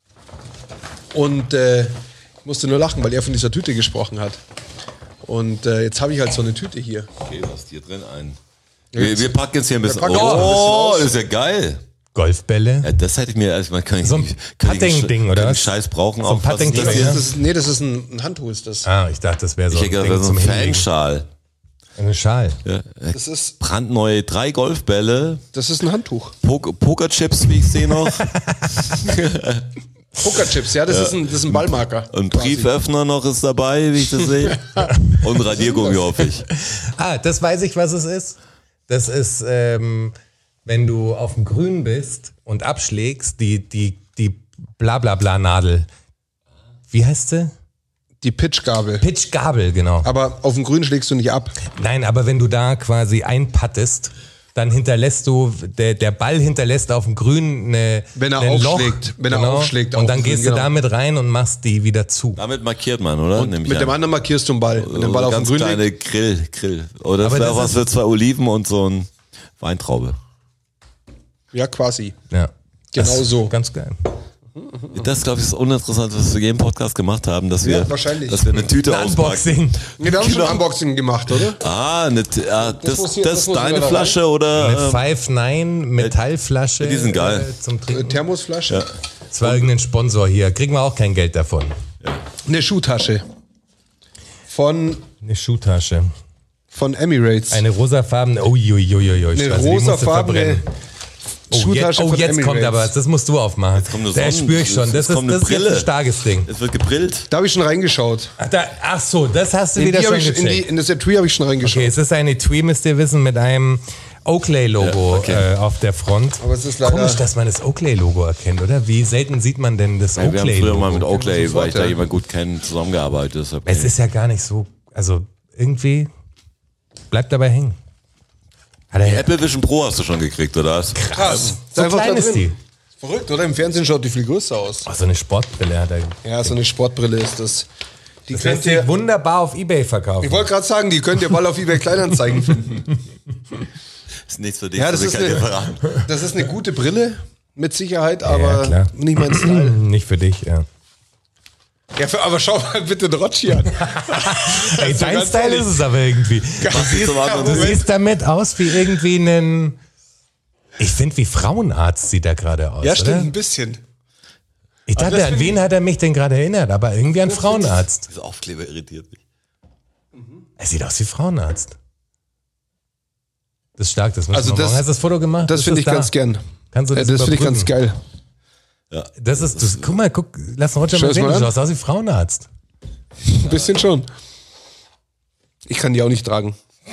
Und ich musste nur lachen, weil er von dieser Tüte gesprochen hat. Und jetzt habe ich halt so eine Tüte hier. Okay, was ist hier drin ein? Wir packen jetzt hier ein bisschen. packen auch ein bisschen Oh, aus. das ist ja geil. Golfbälle. Ja, das hätte ich mir, also man kann So ein Putting-Ding, oder was? Scheiß brauchen So ein auch. Was ist Putting-Ding, das ja. hier? Das ist ein Handtuch, ist das. Ich dachte, das wäre so Ich hätte gedacht, das ist so ein Fanschal. Eine Schal. Ja. Das ist Brandneue 3 Golfbälle, ein Handtuch. Pokerchips, wie ich sehe noch, Pokerchips, ja, das ist ein Ballmarker. ein quasi. Brieföffner noch ist dabei, wie ich das sehe, und Radiergummi, hoffe ich. Das weiß ich, was es ist. Das ist, wenn du auf dem Grün bist und abschlägst, die Blablabla-Nadel. Wie heißt sie? Die Pitchgabel. Pitchgabel, genau. Aber auf dem Grün schlägst du nicht ab. Nein, aber wenn du da quasi einpattest, dann hinterlässt du, der Ball hinterlässt auf dem Grün Wenn er ein aufschlägt, Loch, wenn er aufschlägt und auf dann dem Grün, gehst du genau. damit rein und machst die wieder zu. Damit markiert man, oder? Und mit dem anderen markierst du einen Ball. Wenn der Ball auf dem ganz Grün kleine liegt. Grill. Oder das Aber wäre das was ist- für 2 Oliven und so ein Weintraube. Ja, quasi. Ja. Genau Das ist so. Ganz geil. Das, glaube ich, ist uninteressant, was wir jeden Podcast gemacht haben, dass wir, Ja, wahrscheinlich. dass wir eine Tüte auspacken. Unboxing. Nee, wir haben schon ein Unboxing gemacht, oder? muss Das hier- das ist muss deine wieder da Flasche Eine oder? 5-9 Metallflasche. Die sind geil. Zum Trinken. Thermosflasche. Das war irgendein Sponsor hier. Kriegen wir auch kein Geld davon. Eine Schuhtasche. Von Eine Schuhtasche. Emirates. Eine rosafarbene. Uiuiuiui. Eine rosafarbene Schuhtasche Oh, von jetzt kommt Emirates. aber was. Das musst du aufmachen. kommt eine Das spüre ich schon. Das ist kommt eine jetzt Brille. ein starkes Ding. Es wird gegrillt. Da habe ich schon reingeschaut. Ach so, das hast du In, wieder die hab schon ich, gecheckt. in das Etui habe ich schon reingeschaut. Okay, es ist eine Etui, müsst ihr wissen, mit einem Oakley-Logo Ja, okay. auf der Front. Aber es ist leider- Komisch, dass man das Oakley-Logo erkennt, oder? Wie selten sieht man denn das Wir haben früher Oakley-Logo? mal mit Oakley, sofort, weil ich da ja. jemand gut kenne, zusammengearbeitet. Deshalb Es ist ja gar nicht so, also irgendwie bleibt dabei hängen. Hat er Apple Vision Pro hast du schon gekriegt, oder was? Krass. so einfach klein da ist drin. die. Verrückt, oder? Im Fernsehen schaut die viel größer aus. Oh, so eine Sportbrille hat er. Ja, so eine Sportbrille ist das. Die Das könnt lässt ihr, sich wunderbar auf Ebay verkaufen. ich wollte gerade sagen, die könnt ihr bald auf eBay Kleinanzeigen finden. Das ist nichts für dich, Ja, das ich ist kann dir eine, verraten. das ist eine gute Brille, mit Sicherheit, aber klar. nicht mein Style. Nicht für dich, ja. Ja, aber schau mal bitte den Rotsch hier an. Ey, so dein ganz Style ehrlich. ist es aber irgendwie. Du siehst damit aus wie irgendwie ein... Ich finde, wie Frauenarzt sieht er gerade aus, Ja, stimmt, oder? ein bisschen. Ich das dachte, an find wen hat er mich denn gerade erinnert? Aber irgendwie an Frauenarzt. Dieser Aufkleber irritiert mich. Er sieht aus wie Frauenarzt. Das ist stark, das müssen Also wir das- morgen. Hast du das Foto gemacht? Das Ist finde ich da? ganz gern. Kannst du das Das finde ich ganz überprüfen? geil. Das ist, das, guck mal, lass Roger Schau mal es sehen, mal du an. schaust aus wie Frauenarzt. Ein bisschen schon. Ich kann die auch nicht tragen.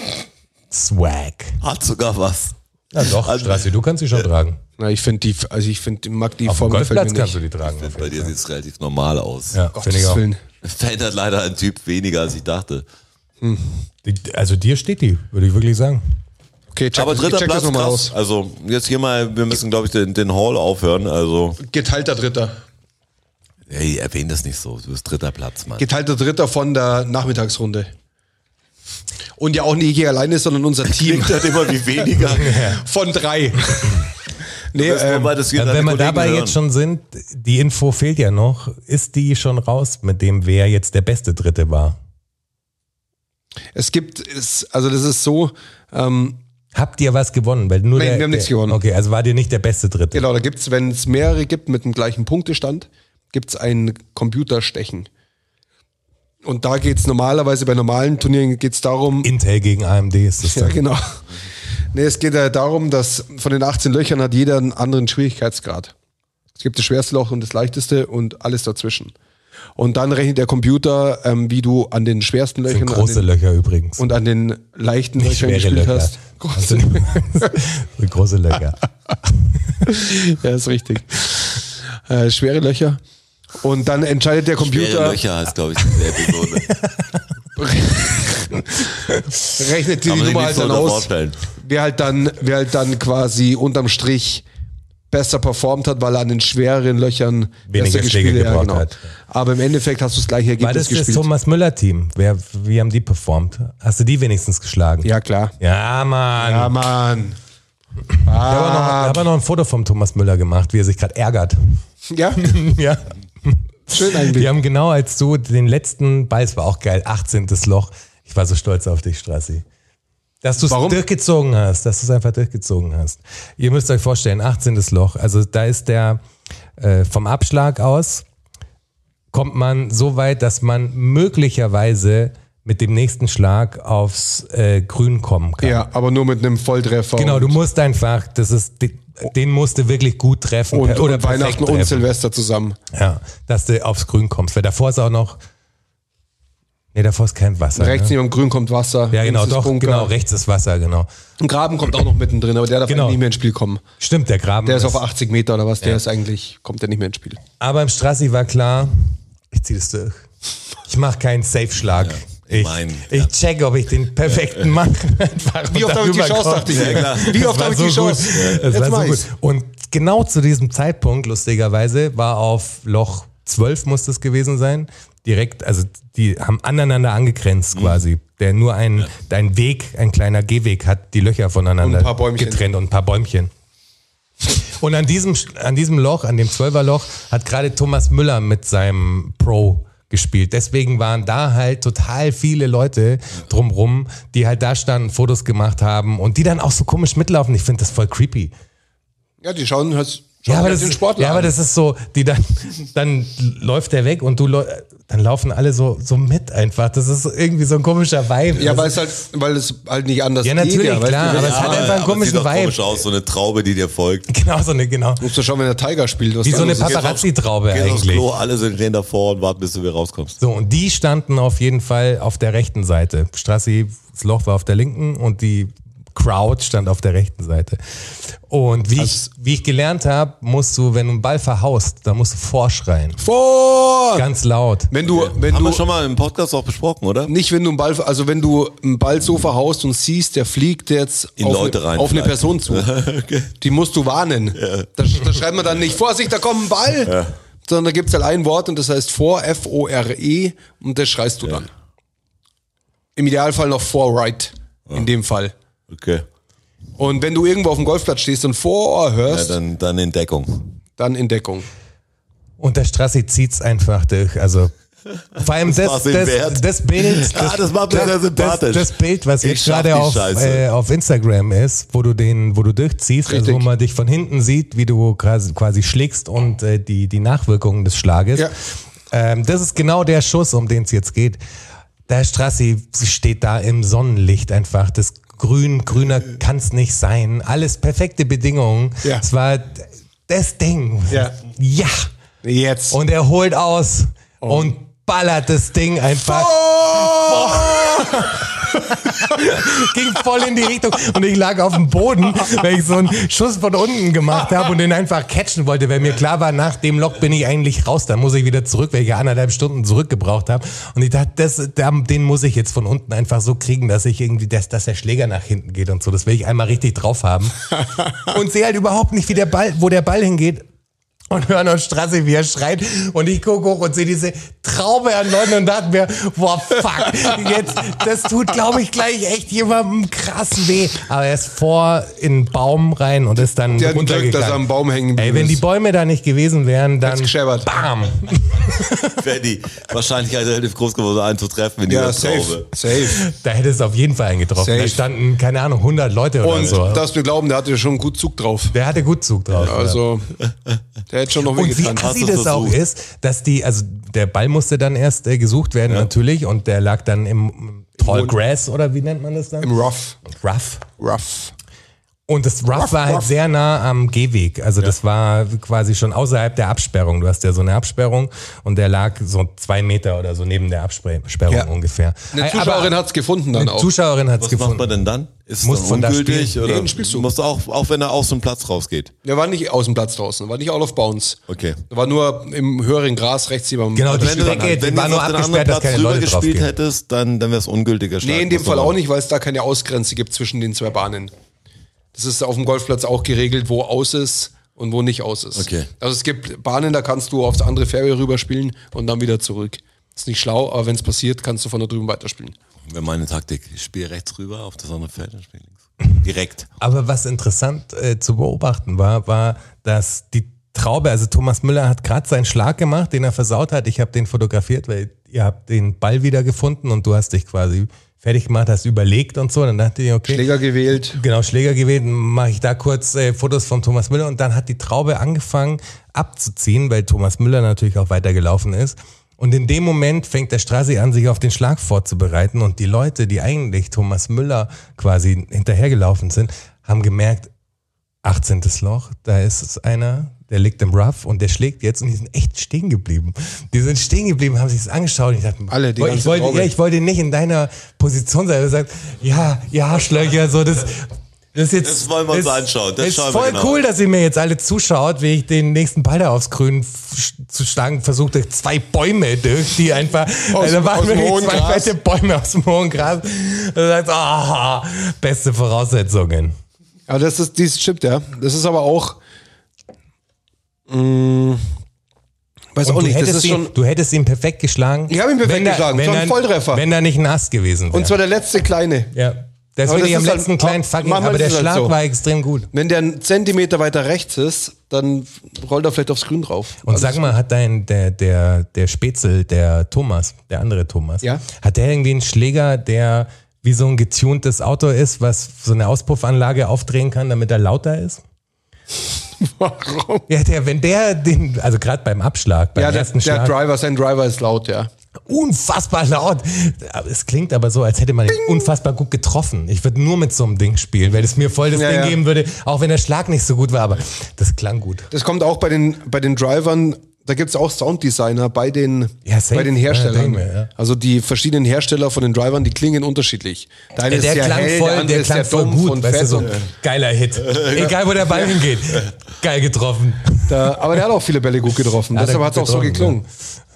Swag. Hat sogar was. Ja doch, Also- Strassi, du kannst sie schon tragen. Na, ich finde die, also ich finde, mag die Auf dem Form gefällt Golfplatz mir kannst du nicht. die tragen. auf Bei jeden dir Fall. sieht es relativ normal aus. Ja, finde ich Gottes auch. Willen. Verändert leider ein Typ weniger, als ich dachte. Also dir steht die, würde ich wirklich sagen. Okay, check, Aber ich dritter check Platz, das nochmal krass. aus. Also jetzt hier mal, wir müssen, glaube ich, den Hall aufhören. Also, Geteilter Dritter. hey, erwähn das nicht so. Du bist dritter Platz, Mann. Geteilter Dritter von der Nachmittagsrunde. Und ja auch nicht ich alleine, sondern unser Team. Klingt halt immer wie weniger. Von 3. Nee, Wobei das Ja, wenn wir dabei jetzt schon sind, die Info fehlt ja noch, ist die schon raus mit dem, wer jetzt der beste Dritte war? also das ist so, Habt ihr was gewonnen? Weil nur Nein, wir haben nichts gewonnen. Okay, also war dir nicht der beste Dritte. genau, da gibt's, wenn es mehrere gibt mit dem gleichen Punktestand, gibt's ein Computerstechen. Und da geht's normalerweise, bei normalen Turnieren geht's darum, Intel gegen AMD ist das ja dann. genau, Nee, es geht ja darum, dass von den 18 Löchern hat jeder einen anderen Schwierigkeitsgrad. Es gibt das schwerste Loch und das leichteste und alles dazwischen. Und dann rechnet der Computer, wie du an den schwersten Das Löchern sind große Löcher übrigens. und an den leichten Nicht Löchern schwere gespielt Löcher. hast. Also, so große Löcher. Ja, ist richtig. Schwere Löcher. Und dann entscheidet der Schwere Computer, Löcher heißt, glaube ich, diese Episode. rechnet die Kann man sich Nummer nicht halt so dann unter aus, vorstellen. wer halt dann quasi unterm Strich besser performt hat, weil er an den schwereren Löchern Weniger besser Schläge gespielt hat. gebraucht hat. Aber im Endeffekt hast du das gleiche War Ergebnis das das gespielt. Thomas Müller-Team? Wie haben die performt? Hast du die wenigstens geschlagen? Ja, klar. Ja, Mann. Ja, Mann. Ich habe noch ein Foto vom Thomas Müller gemacht, wie er sich gerade ärgert. Ja, Ja. schön eigentlich. Wir haben genau als du den letzten Ball, es war auch geil, 18. Loch. Ich war so stolz auf dich, Strassi. Dass du es Warum? durchgezogen hast, dass du es einfach durchgezogen hast. Ihr müsst euch vorstellen, 18. Loch, also da ist der vom Abschlag aus, kommt man so weit, dass man möglicherweise mit dem nächsten Schlag aufs Grün kommen kann. Ja, aber nur mit einem Volltreffer. Genau, du und, musst einfach, den musst du wirklich gut treffen. und, oder und Weihnachten perfekt und treffen. Silvester zusammen. Ja, dass du aufs Grün kommst. Weil davor ist auch noch, davor ist kein Wasser. Rechts ne? neben dem Grün kommt Wasser. Ja, genau, links ist doch, Bunker. genau, rechts ist Wasser, genau. Ein Graben kommt auch noch mittendrin, aber der darf Genau. eigentlich nicht mehr ins Spiel kommen. Stimmt, der Graben. Der ist auf 80 Meter oder was, der ist eigentlich, kommt der nicht mehr ins Spiel. Aber im Strassi war klar, ich zieh das durch. Ich mache keinen Safe-Schlag. Ich check, ob ich den perfekten mache. Wie oft habe ich die Chance, dachte ich. Ja, klar. Wie oft habe ich die Chance? Das Jetzt war mach so gut. ich's. Und genau zu diesem Zeitpunkt, lustigerweise, war auf Loch 12 muss das gewesen sein, direkt, also die haben aneinander angegrenzt quasi, der nur ein Weg, ein kleiner Gehweg hat, die Löcher voneinander Und ein paar Bäumchen. getrennt und ein paar Bäumchen. Und an diesem Loch, an dem 12er Loch, hat gerade Thomas Müller mit seinem Pro gespielt. Deswegen waren da halt total viele Leute drumrum, die halt da standen, Fotos gemacht haben und die dann auch so komisch mitlaufen. Ich finde das voll creepy. Ja, die schauen halt Ja, aber den Sportler aber an. das ist so, dann läuft der weg und dann laufen alle so mit einfach. Das ist irgendwie so ein komischer Vibe. Ja, Das weil es halt nicht anders Ja, geht. natürlich, weißt klar, du, aber es hat einfach einen aber komischen sieht auch Vibe. komisch aus, so eine Traube, die dir folgt. Genau. musst du schauen, wenn der Tiger spielt. Was Wie so eine anderes ist. Paparazzi-Traube Gehst aufs eigentlich. Klo, alle stehen davor und warten, bis du wieder rauskommst. So, und die standen auf jeden Fall auf der rechten Seite. Strassi, das Loch war auf der linken und die Crowd stand auf der rechten Seite. Und wie ich gelernt habe, musst du, wenn du einen Ball verhaust, dann musst du vorschreien. Vor! Ganz laut. Wenn du Haben wir schon mal im Podcast auch besprochen, oder? nicht, wenn du einen Ball, also wenn du einen Ball so verhaust und siehst, der fliegt jetzt In Leute rein auf eine vielleicht. Person zu. Okay. Die musst du warnen. Da schreibt man dann nicht, Vorsicht, da kommt ein Ball, sondern da gibt es halt ein Wort und das heißt vor, F-O-R-E und das schreist du dann. Im Idealfall noch for right, in dem Fall. Okay. Und wenn du irgendwo auf dem Golfplatz stehst und vor Ja, hörst, dann in Deckung. dann in Deckung. Und der Strassi zieht's einfach durch. Also vor allem das war's ihm wert. Bild, Das macht mich sehr sympathisch. das Bild, was Ich jetzt schaff gerade die Scheiße. auf Instagram ist, wo du durchziehst, also wo Richtig. man dich von hinten sieht, wie du quasi schlägst und die Nachwirkungen des Schlages. Ja. Das ist genau der Schuss, um den es jetzt geht. Der Strassi steht da im Sonnenlicht einfach. Das grüner kann's nicht sein. Alles perfekte Bedingungen. Ja. Es war das Ding. Ja. Ja. Jetzt. Und er holt aus und ballert das Ding einfach. Ging voll in die Richtung und ich lag auf dem Boden, weil ich so einen Schuss von unten gemacht habe und den einfach catchen wollte, weil mir klar war, nach dem Loch bin ich eigentlich raus, dann muss ich wieder zurück, weil ich ja 1,5 Stunden zurückgebraucht habe und ich dachte, den muss ich jetzt von unten einfach so kriegen, dass ich irgendwie, dass der Schläger nach hinten geht und so, das will ich einmal richtig drauf haben und sehe halt überhaupt nicht, wo der Ball hingeht. Und hören uns Strassi, wie er schreit. Und ich gucke hoch und sehe diese Traube an Leuten und dachte mir, boah, fuck, jetzt, das tut, glaube ich, gleich echt jemandem krass weh. Aber er ist in den Baum rein und ist dann Der hat Glück, dass er runtergegangen. am Baum hängen Ey, wenn die Bäume da nicht gewesen wären, dann gescheppert. bam. Wäre die Wahrscheinlichkeit relativ groß geworden, einen zu treffen in Ja, dieser Traube. safe. Da hätte es auf jeden Fall eingetroffen. Safe. Da standen, keine Ahnung, 100 Leute oder Und so. darfst mir glauben, der hatte schon gut Zug drauf. Der hatte gut Zug drauf. ja. Also, der hätte schon noch Und wie wehgetan. assi Hast du das auch versucht? ist, dass der Ball musste dann erst gesucht werden natürlich und der lag dann im Tall Grass oder wie nennt man das dann? Im Rough. Rough. Rough. Und das Rough war halt sehr nah am Gehweg. Also das war quasi schon außerhalb der Absperrung. Du hast ja so eine Absperrung und der lag so 2 Meter oder so neben der Absperrung ungefähr. Eine Zuschauerin hat es gefunden dann auch. Zuschauerin hat es Was gefunden. macht man denn dann? Ist es Musst dann von da ungültig? spielen. Oder Nee, dann spielst du. musst du auch wenn er aus dem Platz rausgeht? Der war nicht aus dem Platz draußen, war nicht out of bounds. Okay. Der war nur im höheren Gras rechts neben dem Genau, die Wenn du Strecke, die war jetzt nur auf den abgesperrt, anderen dass Platz keine rüber Leute drauf gespielt gehen. hättest, dann wäre es ungültiger Schlag. Nee, in dem Muss Fall man auch nicht, weil es da keine Ausgrenze gibt zwischen den 2 Bahnen. Das ist auf dem Golfplatz auch geregelt, wo aus ist und wo nicht aus ist. Okay. Also es gibt Bahnen, da kannst du aufs andere Fairway rüberspielen und dann wieder zurück. Ist nicht schlau, aber wenn es passiert, kannst du von da drüben weiterspielen. Wäre meine Taktik. Ich spiele rechts rüber auf das andere Feld und spiele links. Direkt. Aber was interessant zu beobachten war, dass die Traube, also Thomas Müller hat gerade seinen Schlag gemacht, den er versaut hat. Ich habe den fotografiert, weil ihr habt den Ball wieder gefunden und du hast dich quasi fertig gemacht, hast überlegt und so. Dann dachte ich, okay. Schläger gewählt. Genau, Schläger gewählt, mache ich da kurz Fotos von Thomas Müller und dann hat die Traube angefangen abzuziehen, weil Thomas Müller natürlich auch weitergelaufen ist. Und in dem Moment fängt der Strassi an, sich auf den Schlag vorzubereiten und die Leute, die eigentlich Thomas Müller quasi hinterhergelaufen sind, haben gemerkt, 18. Loch, da ist es einer, der liegt im Rough und der schlägt jetzt und die sind echt stehen geblieben. Die sind stehen geblieben, haben sich das angeschaut und ich dachte, Alle, die ganze Traube. ich wollte nicht in deiner Position sein. Er sagt, ja, ihr Arschlöcher, so das ist jetzt. Das wollen wir uns anschauen. Das ist schauen wir voll genau. cool, dass ihr mir jetzt alle zuschaut, wie ich den nächsten Ball da aufs Grün zu schlagen versuchte. 2 Bäume durch, die einfach, da waren aus dem wirklich hohen 2 Gras. fette Bäume aus dem hohen Gras. Und er sagt, beste Voraussetzungen. Ja, dieses stimmt, ja. Das ist aber auch, weiß Und auch nicht, das ist schon, du hättest ihn perfekt geschlagen. Ich habe ihn perfekt wenn er- geschlagen, wenn so ein er- Volltreffer. Wenn er nicht ein Ast gewesen wäre. und zwar der letzte Kleine. Ja. Der ist Aber wirklich das am ist halt- letzten kleinen Fucking, manchmal aber der ist es halt Schlag so. war extrem gut. Wenn der einen Zentimeter weiter rechts ist, dann rollt er vielleicht aufs Grün drauf. Und Also sag mal, hat der Spätzl, der Thomas, der andere Thomas, Ja. hat der irgendwie einen Schläger, der wie so ein getuntes Auto ist, was so eine Auspuffanlage aufdrehen kann, damit er lauter ist? warum? Ja, also gerade beim Abschlag, beim Ja, ersten der Schlag, sein Driver ist laut, ja. unfassbar laut. Aber es klingt aber so, als hätte man ihn unfassbar gut getroffen. Ich würde nur mit so einem Ding spielen, weil es mir voll das Ja, Ding ja. geben würde, auch wenn der Schlag nicht so gut war, aber das klang gut. Das kommt auch bei den Drivern, da gibt's auch Sounddesigner bei den safe. Herstellern. Ja, denke mir, ja. Also die verschiedenen Hersteller von den Drivern, die klingen unterschiedlich. Der eine ist Der sehr klang hell, voll, der andere der ist sehr klang voll dumpf gut, und weißt du, fett. so ein geiler Hit. Egal, wo der Ball hingeht. Geil getroffen. Aber der hat auch viele Bälle gut getroffen. Hat er Deshalb gut hat's auch so getroffen, geklungen.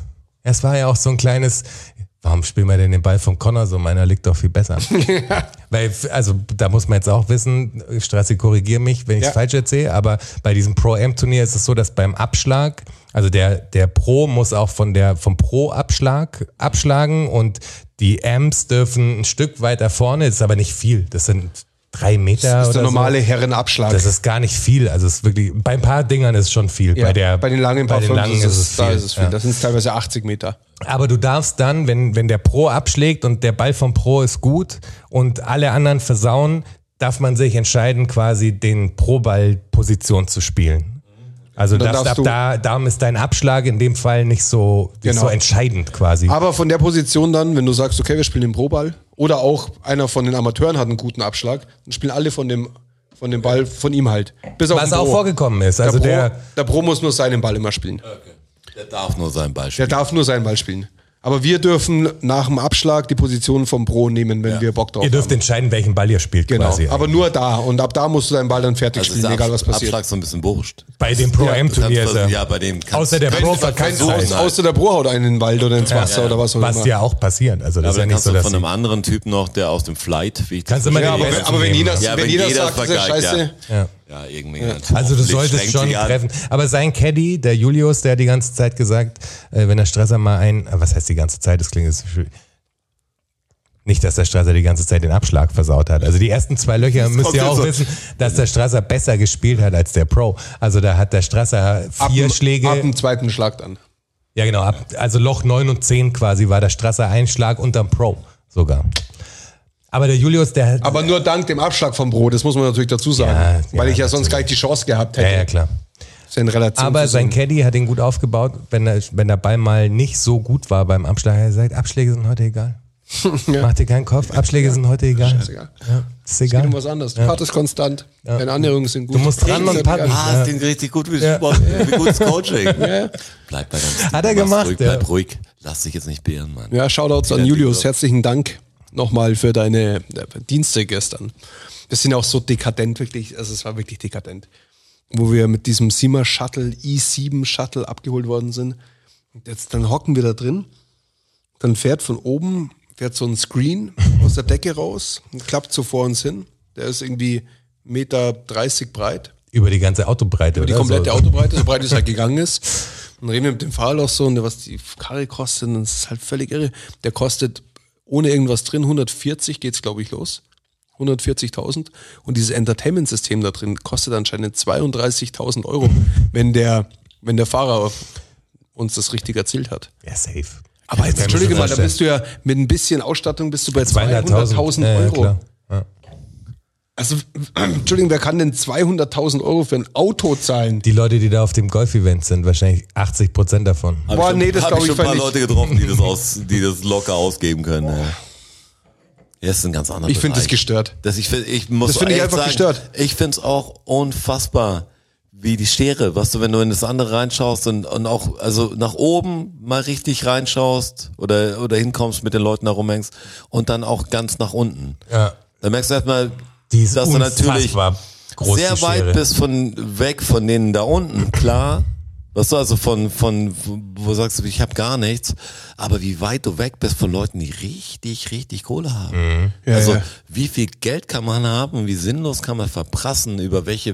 Es war ja auch so ein kleines, warum spielen wir denn den Ball von Connor so? Meiner liegt doch viel besser. Weil, also da muss man jetzt auch wissen, Strassi, korrigier mich, wenn ich es falsch erzähle, aber bei diesem Pro-Am-Turnier ist es so, dass beim Abschlag, also der Pro muss auch vom Pro-Abschlag abschlagen und die Amps dürfen ein Stück weiter vorne, das ist aber nicht viel, das sind 3 Meter Das ist oder der normale so. Herrenabschlag. Das ist gar nicht viel, also es ist wirklich, bei ein paar Dingern ist es schon viel. Ja, Bei den langen bei Paar den 5 langen ist es viel. Da ist es viel. Ja. Das sind teilweise 80 Meter. Aber du darfst dann, wenn der Pro abschlägt und der Ball vom Pro ist gut und alle anderen versauen, darf man sich entscheiden, quasi den Pro-Ball-Position zu spielen. Also dann darfst darum ist dein Abschlag in dem Fall nicht so entscheidend quasi. Aber von der Position dann, wenn du sagst, okay, wir spielen den Pro-Ball, oder auch einer von den Amateuren hat einen guten Abschlag, dann spielen alle von dem Ball von ihm halt. Bis auf Was den Pro. auch vorgekommen ist. Also der Pro muss nur seinen Ball immer spielen. Der darf nur sein Ball Der spielen. darf nur seinen Ball spielen. Aber wir dürfen nach dem Abschlag die Position vom Pro nehmen, wenn wir Bock drauf ihr dürft haben. entscheiden, welchen Ball ihr spielt Genau, quasi. aber nur da. Und ab da musst du deinen Ball dann fertig Also ist spielen, der egal was passiert. Abschlag so ein bisschen wurscht. Bei dem Pro-Am-Turnier ist er. Ja, bei dem kannst Außer der Pro kannst verkackt du halt. versuchen, Außer der Pro haut einen in den Wald oder ins Wasser oder was auch Was immer. ja auch passiert. Also das Aber ist ja dann nicht kannst so, du dass von einem anderen Typen noch, der aus dem Flight, wie ich das Kannst du mal Ja, die aber, Besten aber wenn nehmen. jeder, Ja, wenn wenn jeder jeder sagt, das ist ja vergeigt, scheiße. Ja. Ja, irgendwie. Also du solltest schon treffen. Aber sein Caddy, der Julius, der hat die ganze Zeit gesagt, wenn der Strasser mal was heißt die ganze Zeit, das klingt jetzt nicht, dass der Strasser die ganze Zeit den Abschlag versaut hat. Also die ersten 2 Löcher müsst ihr kommt auch jetzt wissen, dass der Strasser besser gespielt hat als der Pro. Also da hat der Strasser 4 Schläge. Ab dem zweiten Schlag dann. Ja genau, also Loch 9 und 10 quasi war der Strasser ein Schlag unterm Pro sogar. Aber der Julius, der hat... Aber nur dank dem Abschlag vom Pro, das muss man natürlich dazu sagen. Ja, weil ja, ich ja sonst gar nicht die Chance gehabt hätte. ja, klar. Das ist ja in Relation Aber zu sein sehen. Caddy hat ihn gut aufgebaut. Wenn der Ball mal nicht so gut war beim Abschlag, hat er gesagt, Abschläge sind heute egal. Mach dir keinen Kopf, Abschläge sind heute egal. Scheißegal. Ja. Ist Es geht egal. um was anderes. Die Fahrt ist konstant. Deine Annäherungen sind gut. Du musst ran und paddern. Das klingt richtig gut wie Sport, wie gutes Coaching. Bleib bei deinem Hat er Mach's gemacht, ruhig, bleib ruhig. Lass dich jetzt nicht beirren, Mann. Ja, Shoutouts an Julius. Herzlichen Dank nochmal für deine Dienste gestern. Das sind auch so dekadent, wirklich. Also es war wirklich dekadent. Wo wir mit diesem SEMA Shuttle, i7 Shuttle abgeholt worden sind. Und jetzt, dann hocken wir da drin. Dann fährt von oben, so ein Screen aus der Decke raus und klappt so vor uns hin. Der ist irgendwie 1,30 Meter breit. Über die ganze Autobreite, Über die oder? komplette Autobreite, so breit es halt gegangen ist. Und dann reden wir mit dem Fahrer auch so, und was die Karre kostet, und das ist halt völlig irre. Der kostet ohne irgendwas drin 140, geht's glaube ich los. 140.000. Und dieses Entertainment-System da drin kostet anscheinend 32.000 Euro, wenn der Fahrer uns das richtig erzählt hat. Ja, safe. Aber jetzt, Kann ich mir entschuldige schon mal, da vorstellen. bist du ja mit ein bisschen Ausstattung bist du bei 200.000 200.000 Euro. klar. Ja. Also, Entschuldigung, wer kann denn 200.000 Euro für ein Auto zahlen? Die Leute, die da auf dem Golf-Event sind, wahrscheinlich 80% davon. Boah, nee, das Hab glaube ich ich schon ein paar völlig. Leute getroffen, die das locker ausgeben können. Ja, das ist ein ganz anderes Ich finde das Bereich. gestört. Ich muss Das finde ich echt einfach sagen, gestört. Ich finde es auch unfassbar, wie die Schere, weißt du, wenn du in das andere reinschaust und auch, also nach oben mal richtig reinschaust oder hinkommst, mit den Leuten da rumhängst und dann auch ganz nach unten. Ja. Da merkst du erstmal, Die ist dass du natürlich unfassbar groß, sehr die weit Schere. bist weg von denen da unten, klar. Weißt du, also wo sagst du, ich habe gar nichts, aber wie weit du weg bist von Leuten, die richtig, richtig Kohle haben. Ja, also ja. wie viel Geld kann man haben, wie sinnlos kann man verprassen, über welche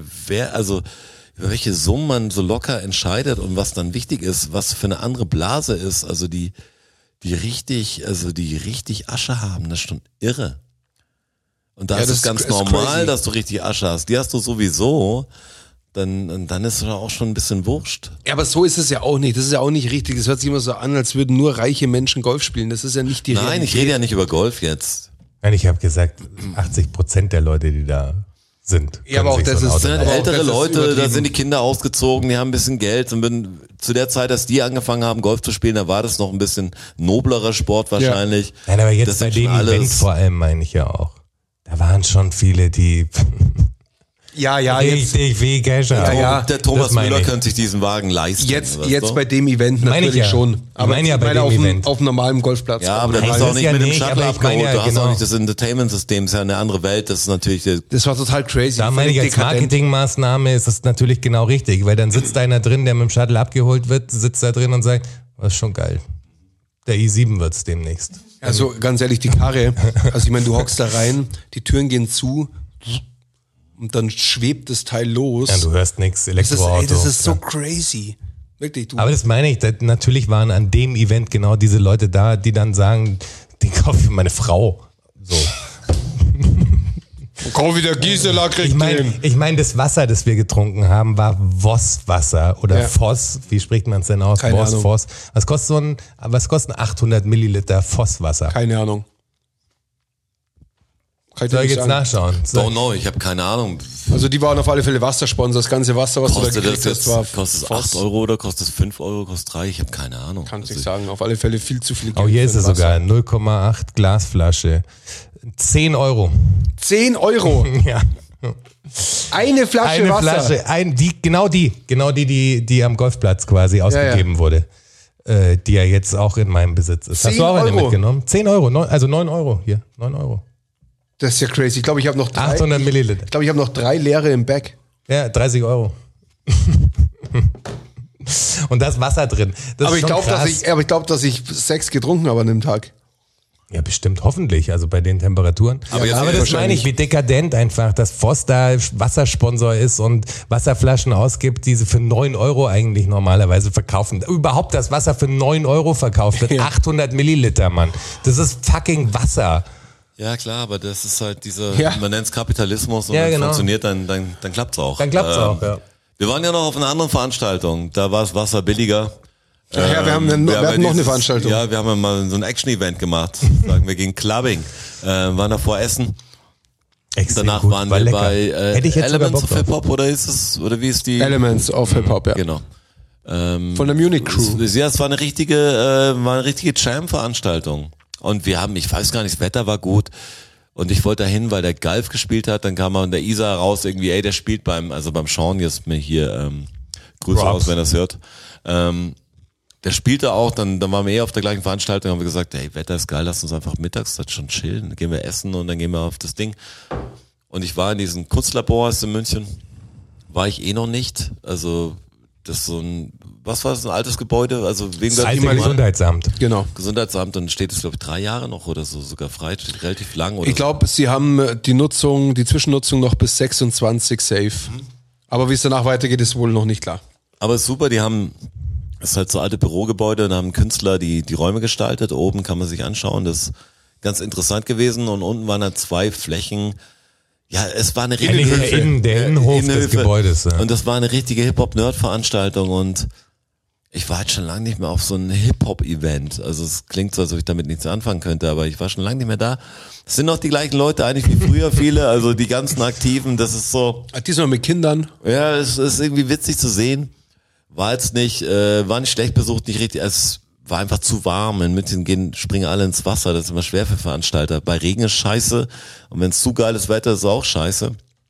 Summen man so locker entscheidet und was dann wichtig ist, was für eine andere Blase ist, also die richtig Asche haben, das ist schon irre. Und da Ja, ist das es ganz ist normal, crazy. dass du richtig Asche hast. Die hast du sowieso, dann ist es auch schon ein bisschen wurscht. Ja, aber so ist es ja auch nicht. Das ist ja auch nicht richtig. Es hört sich immer so an, als würden nur reiche Menschen Golf spielen. Das ist ja nicht die Nein, Realität. ich rede ja nicht über Golf jetzt. Nein, ich habe gesagt, 80% der Leute, die da sind. Ja, aber können auch sich das so ein ist- Auto Das sind Aber auch ältere das ist Leute, da übertrieben. sind die Kinder ausgezogen, die haben ein bisschen Geld und zu der Zeit, dass die angefangen haben, Golf zu spielen, da war das noch ein bisschen noblerer Sport wahrscheinlich. Nein, aber jetzt Das bei sind dem schon alles- Event vor allem meine ich ja auch. Da waren schon viele, die Ja, jetzt richtig viel Cash haben. ja. Der Thomas Das meine Müller ich. könnte sich diesen Wagen leisten. weißt du? bei dem Event Meine ich natürlich ja. schon. Ich meine ja bei dem auf Event. auf einem normalen Golfplatz. Ja, aber da Nein, hast du das auch nicht ja mit dem nicht, Shuttle aber ich meine abgeholt, ja, du hast genau. auch nicht das Entertainment-System, ist ja eine andere Welt, das ist natürlich Das war total crazy. Da meine ich, Völlig als Marketingmaßnahme ist das natürlich genau richtig, weil dann sitzt einer drin, der mit dem Shuttle abgeholt wird, sitzt da drin und sagt, das ist schon geil. Der i7 wird's demnächst. Also ganz ehrlich, die Karre, also ich meine, du hockst da rein, die Türen gehen zu und dann schwebt das Teil los. Ja, du hörst nichts, das ist, Elektroauto. das ist so Ja. crazy. Wirklich, du. Aber das meine ich, natürlich waren an dem Event genau diese Leute da, die dann sagen, den kaufe ich für meine Frau. So. Komm wieder Gisela kriegt Ich meine, das Wasser, das wir getrunken haben, war Voss-Wasser oder Ja. Voss. Wie spricht man es denn aus? Keine Ahnung. Voss. Was kosten 800 Milliliter Voss-Wasser? Keine Ahnung. Kann ich dir Soll ich nicht jetzt sagen. nachschauen? don't know, ich habe keine Ahnung. Also die waren auf alle Fälle Wassersponsor. Das ganze Wasser, was Kostet du da das gekriegt jetzt, hast, war kostet es Voss. 8 Euro oder kostet es 5 Euro, kostet 3? Ich habe keine Ahnung. Kannst Also nicht sagen. Auf alle Fälle viel zu viel Geld. Oh, hier ist für es ein sogar. Wasser. 0,8 Glasflasche. 10 Euro. 10 Euro. Ja. Eine Flasche Eine Wasser. Flasche. Die am Golfplatz quasi ausgegeben wurde. Die ja jetzt auch in meinem Besitz ist. 10 Hast du auch eine Euro? mitgenommen? 10 Euro. Also 9 Euro. Hier. 9 Euro. Das ist ja crazy. Ich glaube, ich habe noch 800 Milliliter. Ich glaube, ich habe noch 3 leere im Bag. Ja, 30 Euro. Und da ist Wasser drin. Das Aber ist ich schon glaube, krass. dass ich 6 getrunken habe an dem Tag. Ja, bestimmt, hoffentlich, also bei den Temperaturen. Aber jetzt Aber das meine ich, wie dekadent einfach, dass Voss da Wassersponsor ist und Wasserflaschen ausgibt, die sie für 9 Euro eigentlich normalerweise verkaufen. Überhaupt das Wasser für 9 Euro verkauft wird. 800 Milliliter, Mann. Das ist fucking Wasser. Ja klar, aber das ist halt Ja. man nennt es Kapitalismus und Ja, wenn es genau. funktioniert, dann klappt's auch. Dann klappt's auch, ja. Wir waren ja noch auf einer anderen Veranstaltung, da war das Wasser billiger. Ja, wir hatten noch eine Veranstaltung. Ja, wir haben ja mal so ein Action-Event gemacht. Sagen wir gegen Clubbing. Waren davor essen. Extrem Danach gut, waren war wir lecker. bei Hätte ich jetzt sogar Elements Bock of drauf. Hip-Hop oder wie ist die? Elements of Hip-Hop, ja. Genau. Von der Munich Crew. Ja, es war eine richtige Jam-Veranstaltung. Und ich weiß gar nicht, das Wetter war gut. Und ich wollte dahin, weil der Golf gespielt hat, dann kam man in der Isar raus, irgendwie, der spielt beim Sean, jetzt mir hier, Grüße aus, wenn er das hört. Der spielte auch, dann waren wir auf der gleichen Veranstaltung, haben wir gesagt, Wetter ist geil, lass uns einfach mittags das schon chillen, dann gehen wir essen und dann gehen wir auf das Ding. Und ich war in diesem Kunstlabor in München, war ich noch nicht, also das ist so ein, was war das, ein altes Gebäude? Also wegen das alte Gesundheitsamt. Genau. Gesundheitsamt, und steht es, glaube ich, 3 Jahre noch oder so, sogar frei, steht relativ lang. Oder ich glaube, sie haben die Zwischennutzung noch bis 26 safe. Aber wie es danach weitergeht, ist wohl noch nicht klar. Aber ist super, es ist halt so alte Bürogebäude, da haben Künstler die Räume gestaltet, oben kann man sich anschauen, das ist ganz interessant gewesen, und unten waren dann 2 Flächen. Ja, es war eine richtige der Innenhof des Gebäudes. Ja. Und das war eine richtige Hip-Hop-Nerd-Veranstaltung, und ich war halt schon lange nicht mehr auf so einem Hip-Hop-Event. Also es klingt so, als ob ich damit nichts anfangen könnte, aber ich war schon lange nicht mehr da. Es sind noch die gleichen Leute eigentlich wie früher, viele, also die ganzen Aktiven, das ist so. Diesmal mit Kindern. Ja, es ist irgendwie witzig zu sehen. War nicht schlecht besucht, nicht richtig, es war einfach zu warm. In München springen alle ins Wasser, das ist immer schwer für Veranstalter. Bei Regen ist scheiße, und wenn es zu geiles Wetter ist, ist auch scheiße.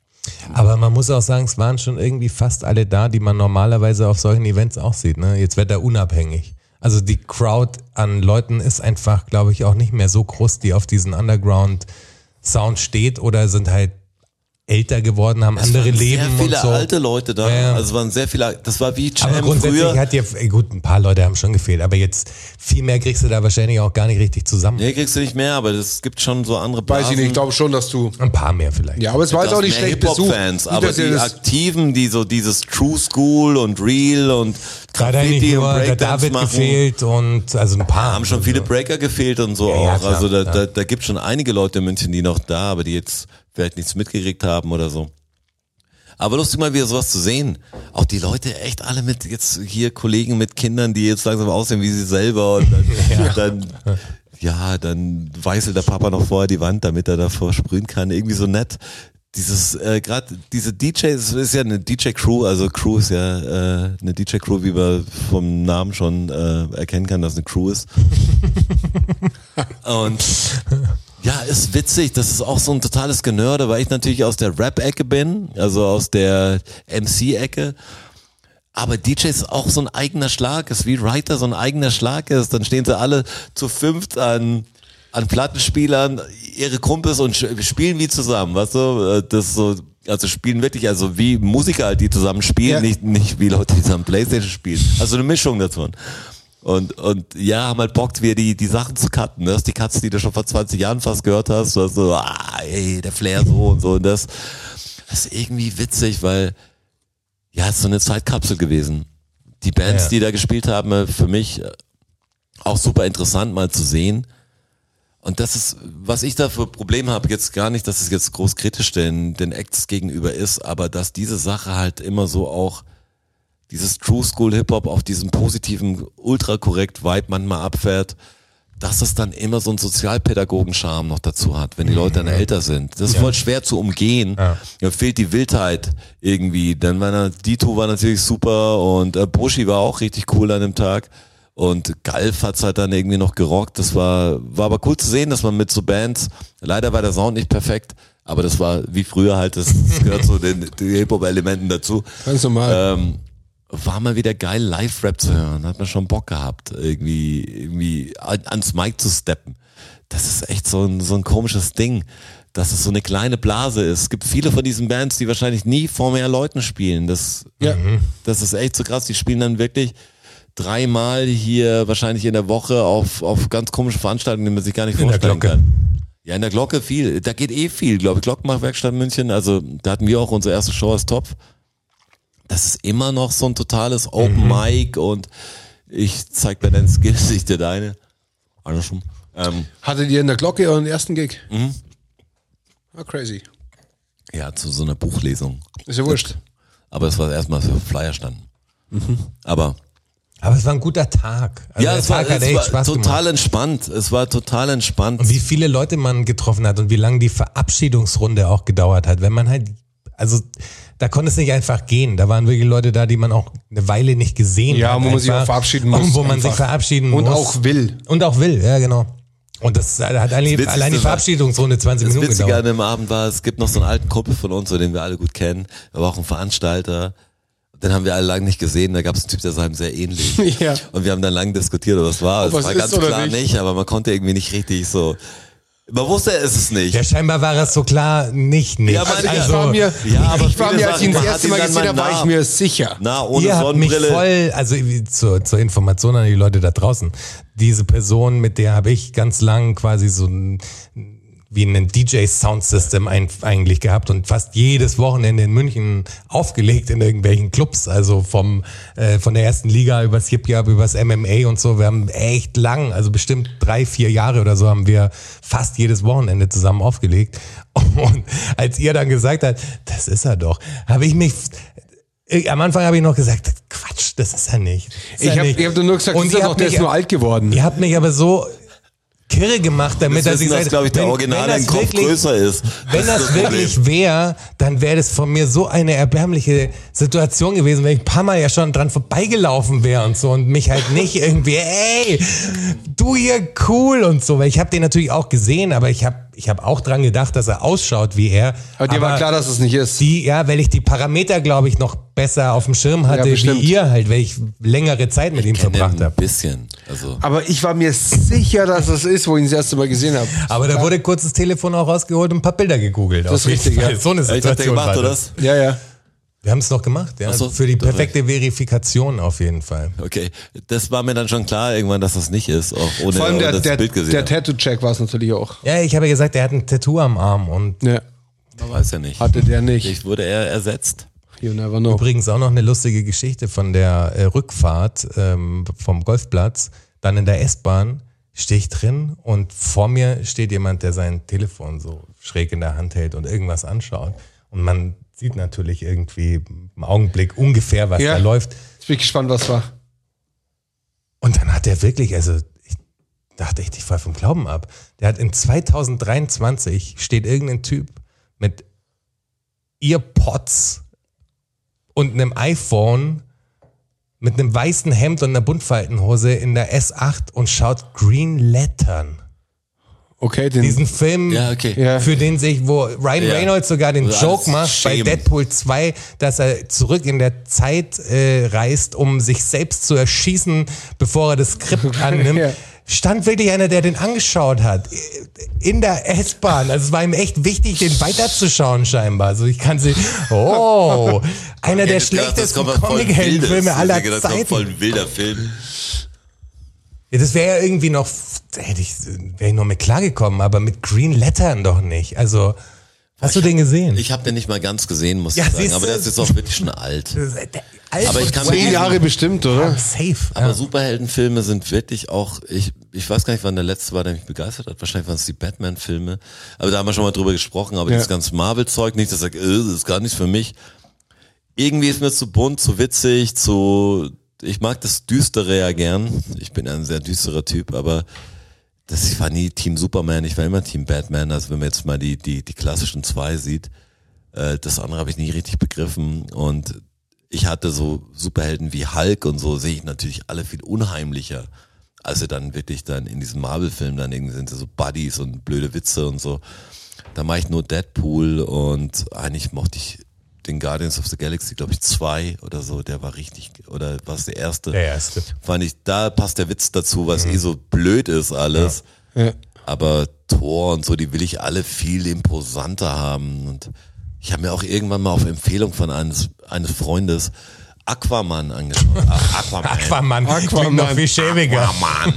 Aber man muss auch sagen, es waren schon irgendwie fast alle da, die man normalerweise auf solchen Events auch sieht, ne? Jetzt wetterunabhängig. Also die Crowd an Leuten ist einfach, glaube ich, auch nicht mehr so groß, die auf diesen Underground-Sound steht, oder sind halt älter geworden, haben andere Leben und so. Sehr viele alte Leute da, ja. Also waren sehr viele, das war wie Jam aber grundsätzlich früher. hat gut, ein paar Leute haben schon gefehlt, aber jetzt viel mehr kriegst du da wahrscheinlich auch gar nicht richtig zusammen. Nee, kriegst du nicht mehr, aber es gibt schon so andere Blasen. Weiß ich nicht, ich glaube schon, dass du... Ein paar mehr vielleicht. Ja, aber es war jetzt auch nicht schlecht besucht. Hip-Hop-Fans, aber die Aktiven, die so dieses True School und Real und Graffiti und der David machen, gefehlt, und also ein paar. Haben schon viele Breaker gefehlt und so ja, auch. Ja, klar, also da gibt schon einige Leute in München, die noch da, aber die jetzt vielleicht nichts mitgekriegt haben oder so. Aber lustig mal wieder sowas zu sehen. Auch die Leute echt alle mit, jetzt hier Kollegen mit Kindern, die jetzt langsam aussehen wie sie selber, und dann weißelt der Papa noch vorher die Wand, damit er davor sprühen kann. Irgendwie so nett. Gerade diese DJs, es ist ja eine DJ-Crew, also Crew ist ja eine DJ-Crew, wie man vom Namen schon erkennen kann, dass eine Crew ist. Und ja, ist witzig, das ist auch so ein totales Genörde, weil ich natürlich aus der Rap-Ecke bin, also aus der MC-Ecke. Aber DJ ist auch so ein eigener Schlag, ist wie Writer so ein eigener Schlag ist. Dann stehen sie alle zu 5 an Plattenspielern, ihre Kumpels, und spielen wie zusammen, weißt du? Das ist so, also spielen wirklich, also wie Musiker halt, die zusammen spielen, ja. nicht wie Leute, die zusammen Playstation spielen. Also eine Mischung davon. Und ja, haben halt Bock, die Sachen zu cutten. Das ist die Cuts, die du schon vor 20 Jahren fast gehört hast. Du hast so, der Flair so und so. Und das ist irgendwie witzig, weil, ja, es ist so eine Zeitkapsel gewesen. Die Bands, die da gespielt haben, für mich auch super interessant mal zu sehen. Und das ist, was ich da für Probleme habe, jetzt gar nicht, dass es jetzt groß kritisch den Acts gegenüber ist, aber dass diese Sache halt immer so auch dieses True School Hip-Hop auf diesen positiven, ultra korrekt Vibe manchmal abfährt, dass es dann immer so einen Sozialpädagogen-Charme noch dazu hat, wenn die Leute dann älter sind. Das ist voll schwer zu umgehen. Ja. Da fehlt die Wildheit irgendwie. Dann Dito war natürlich super, und Buschi war auch richtig cool an dem Tag. Und Galf hat's halt dann irgendwie noch gerockt. Das war aber cool zu sehen, dass man mit so Bands, leider war der Sound nicht perfekt, aber das war wie früher halt, das gehört so den Hip-Hop-Elementen dazu. Ganz normal. War mal wieder geil, Live-Rap zu hören. Hat man schon Bock gehabt, irgendwie ans Mic zu steppen. Das ist echt so ein komisches Ding, dass es so eine kleine Blase ist. Es gibt viele von diesen Bands, die wahrscheinlich nie vor mehr Leuten spielen. Das ist echt so krass. Die spielen dann wirklich 3-mal hier wahrscheinlich in der Woche auf ganz komische Veranstaltungen, die man sich gar nicht vorstellen kann. Ja, in der Glocke viel. Da geht viel, glaube ich. Glockenmachwerkstatt München. Also da hatten wir auch unsere erste Show als Topf. Das ist immer noch so ein totales Open Mic, und ich zeig dir deine Skills, ich dir deine. Andersrum. Hattet ihr in der Glocke euren ersten Gig? Crazy. Ja, zu so einer Buchlesung. Ist ja wurscht. Aber es war erstmal für Flyer standen. Aber es war ein guter Tag. Also ja, es war total entspannt. Es war total entspannt. Und wie viele Leute man getroffen hat und wie lange die Verabschiedungsrunde auch gedauert hat. Wenn man halt, also da konnte es nicht einfach gehen. Da waren wirklich Leute da, die man auch eine Weile nicht gesehen hat. Ja, wo man sich auch verabschieden muss. Und wo man sich verabschieden muss. Und auch will. Und auch will, ja genau. Und das hat allein die Verabschiedungsrunde 20 Minuten Das Witzige gedauert. an dem Abend war, es gibt noch so einen alten Kumpel von uns, den wir alle gut kennen, er war auch ein Veranstalter, den haben wir alle lange nicht gesehen, da gab es einen Typ, der sah ihm sehr ähnlich. Ja. Und wir haben dann lange diskutiert, was war. Es Ob es war ist ganz oder klar nicht, aber man konnte irgendwie nicht richtig so, man wusste, es ist es nicht. Ja, scheinbar war es so klar nicht. Ja, aber Ich war mir, als ich ihn das erste Mal gesehen habe, war ich mir sicher. Ohne ihr habt mich Sonnenbrille. voll, also zur Information an die Leute da draußen, diese Person, mit der habe ich ganz lang quasi so wie ein DJ-Soundsystem eigentlich gehabt und fast jedes Wochenende in München aufgelegt in irgendwelchen Clubs, also von der ersten Liga übers Hip-Hop, übers MMA und so. Wir haben echt lang, also bestimmt 3-4 Jahre oder so haben wir fast jedes Wochenende zusammen aufgelegt. Und als ihr dann gesagt habt, das ist er doch, habe ich mich... Am Anfang habe ich noch gesagt, Quatsch, das ist er nicht. Ich hab nur gesagt, und das ist er doch, der ist nur alt geworden. Ihr habt mich aber so kirre gemacht, damit Das dass ich wissen, dass, glaube ich, der Original im Kopf größer ist. Wenn das wirklich wäre, dann wäre das von mir so eine erbärmliche Situation gewesen, wenn ich ein paar Mal ja schon dran vorbeigelaufen wäre und so und mich halt nicht irgendwie, ey, du hier cool und so, weil ich habe den natürlich auch gesehen, aber ich hab auch dran gedacht, dass er ausschaut wie er. Aber dir war klar, dass es nicht ist. Weil ich die Parameter, glaube ich, noch besser auf dem Schirm hatte, bestimmt. wie ihr halt, weil ich längere Zeit mit ihm verbracht Ein habe. bisschen. Also. Aber ich war mir sicher, dass es ist, wo ich ihn das erste Mal gesehen habe. Aber da wurde kurz das Telefon auch rausgeholt und ein paar Bilder gegoogelt. Das ist Auf jeden richtig, Fall. ja. So eine Ich hab den Situation gemacht, war oder? das. Ja, ja. Wir haben es noch gemacht, ja. Ach so, für die perfekte Verifikation auf jeden Fall. Okay, das war mir dann schon klar irgendwann, dass das nicht ist, auch ohne Vor allem das der Bild gesehen. der Tattoo-Check war es natürlich auch. Ja, ich habe ja gesagt, er hat ein Tattoo am Arm und Ja, Man weiß ja nicht. hatte der nicht. Vielleicht wurde er ersetzt. You never know. übrigens auch noch eine lustige Geschichte von der Rückfahrt vom Golfplatz. Dann in der S-Bahn stehe ich drin und vor mir steht jemand, der sein Telefon so schräg in der Hand hält und irgendwas anschaut. Und man sieht natürlich irgendwie im Augenblick ungefähr, was da läuft. Jetzt bin ich gespannt, was war. Und dann hat er wirklich, also ich dachte echt, ich fall vom Glauben ab. Der hat in 2023 steht irgendein Typ mit Earpods und einem iPhone mit einem weißen Hemd und einer Buntfaltenhose in der S8 und schaut Green Lantern. Okay, Diesen Film, Ja, okay. Ja. für den sich, wo Ryan Reynolds sogar den Also Joke macht alles bei Shame. Deadpool 2, dass er zurück in der Zeit reist, um sich selbst zu erschießen, bevor er das Skript annimmt. Ja. Stand wirklich einer, der den angeschaut hat. In der S-Bahn. Also es war ihm echt wichtig, den weiterzuschauen scheinbar. Also ich kann sie, einer der schlechtesten Comic-Heldenfilme aller Das kommt Zeiten. voll ein wilder Film. Ja, das wäre ja irgendwie noch, wäre ich noch mit klargekommen, aber mit Green Lantern doch nicht. Also, hast du den gesehen? Ich habe den nicht mal ganz gesehen, muss Ja, ich sagen. siehst Aber du? der ist jetzt auch wirklich schon alt. Aber ich kann 10 Jahre bestimmt, oder? Safe. Aber Ja. Superheldenfilme sind wirklich auch, ich weiß gar nicht, wann der letzte war, der mich begeistert hat. Wahrscheinlich waren es die Batman-Filme. Aber da haben wir schon mal drüber gesprochen. Aber das ganze Marvel-Zeug, nicht, dass ich sage, das ist gar nichts für mich. Irgendwie ist mir zu bunt, zu witzig, ich mag das Düstere ja gern. Ich bin ein sehr düsterer Typ, aber ich war nie Team Superman, ich war immer Team Batman. Also wenn man jetzt mal die klassischen zwei sieht, das andere habe ich nie richtig begriffen. Und ich hatte so Superhelden wie Hulk und so, sehe ich natürlich alle viel unheimlicher, als sie dann wirklich dann in diesem Marvel-Film dann irgendwie sind, so Buddies und blöde Witze und so. Da mache ich nur Deadpool und eigentlich mochte ich den Guardians of the Galaxy, glaube ich, 2 oder so, der war richtig, oder war es der erste? Der erste. Fand ich, da passt der Witz dazu, weil es so blöd ist alles. Ja. Aber Thor und so, die will ich alle viel imposanter haben. Und ich habe mir auch irgendwann mal auf Empfehlung von eines Freundes Aquaman angeschaut. Aquaman. Klingt noch viel schäbiger.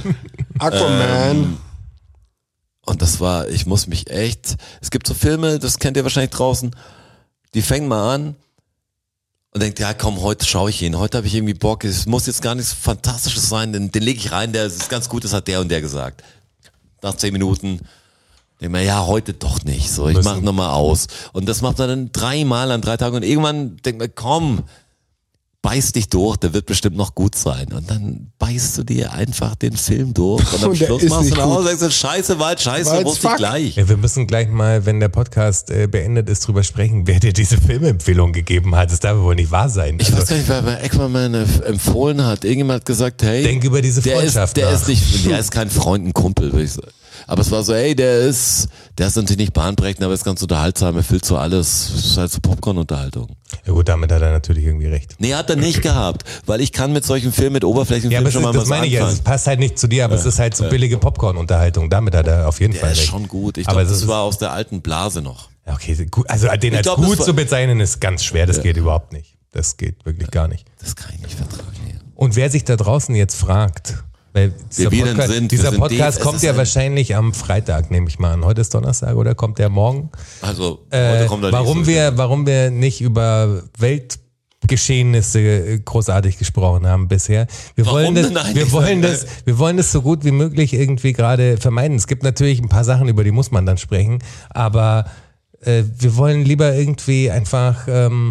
Aquaman. Und das war, ich muss mich echt, es gibt so Filme, das kennt ihr wahrscheinlich draußen, die fängt mal an und denkt, ja komm, heute schaue ich ihn, heute habe ich irgendwie Bock, es muss jetzt gar nichts Fantastisches sein, den lege ich rein, der ist ganz gut, das hat der und der gesagt. Nach 10 Minuten denke mir, ja, heute doch nicht, so, ich mache nochmal aus. Und das macht man dann 3 Mal an 3 Tagen und irgendwann denkt man, komm, beiß dich durch, der wird bestimmt noch gut sein. Und dann beißt du dir einfach den Film durch und am Und der Schluss ist machst du nicht nach Hause gut. und sagst, scheiße, Wald, scheiße, Wald's wusste ich fuck. gleich. Ja, wir müssen gleich mal, wenn der Podcast beendet ist, drüber sprechen, wer dir diese Filmempfehlung gegeben hat. Das darf wohl nicht wahr sein. Ich weiß gar nicht, wer bei Aquaman empfohlen hat. Irgendjemand hat gesagt, hey, Denk über diese Freundschaft der nach. ist nicht, der ist kein Freund, ein Kumpel, würde ich sagen. Aber es war so, ey, der ist natürlich nicht bahnbrechend, aber ist ganz unterhaltsam, er füllt so alles, es ist halt so Popcorn-Unterhaltung. Ja gut, damit hat er natürlich irgendwie recht. Nee, hat er nicht gehabt, weil ich kann mit solchen Filmen, mit Oberflächenfilmen aber schon mal das was meine ich ja, anfangen. es passt halt nicht zu dir, aber es ist halt so billige Popcorn-Unterhaltung, damit hat er auf jeden Der Fall ist recht. schon gut, ich Aber glaube, es das war aus der alten Blase noch. Okay, gut, also den als glaub, gut das war- zu bezeichnen ist ganz schwer, das geht überhaupt nicht. Das geht wirklich gar nicht. Das kann ich nicht vertragen. Nee. Und wer sich da draußen jetzt fragt, weil dieser wir denn Podcast, sind, wir dieser sind Podcast DFSSN. kommt ja wahrscheinlich am Freitag, nehme ich mal an. Heute ist Donnerstag oder kommt der morgen? Also, heute kommt er Warum nicht so. warum wir nicht über Weltgeschehnisse großartig gesprochen haben bisher. Wir Warum wollen denn das, eigentlich? wir wollen das so gut wie möglich irgendwie gerade vermeiden. Es gibt natürlich ein paar Sachen, über die muss man dann sprechen, aber wir wollen lieber irgendwie einfach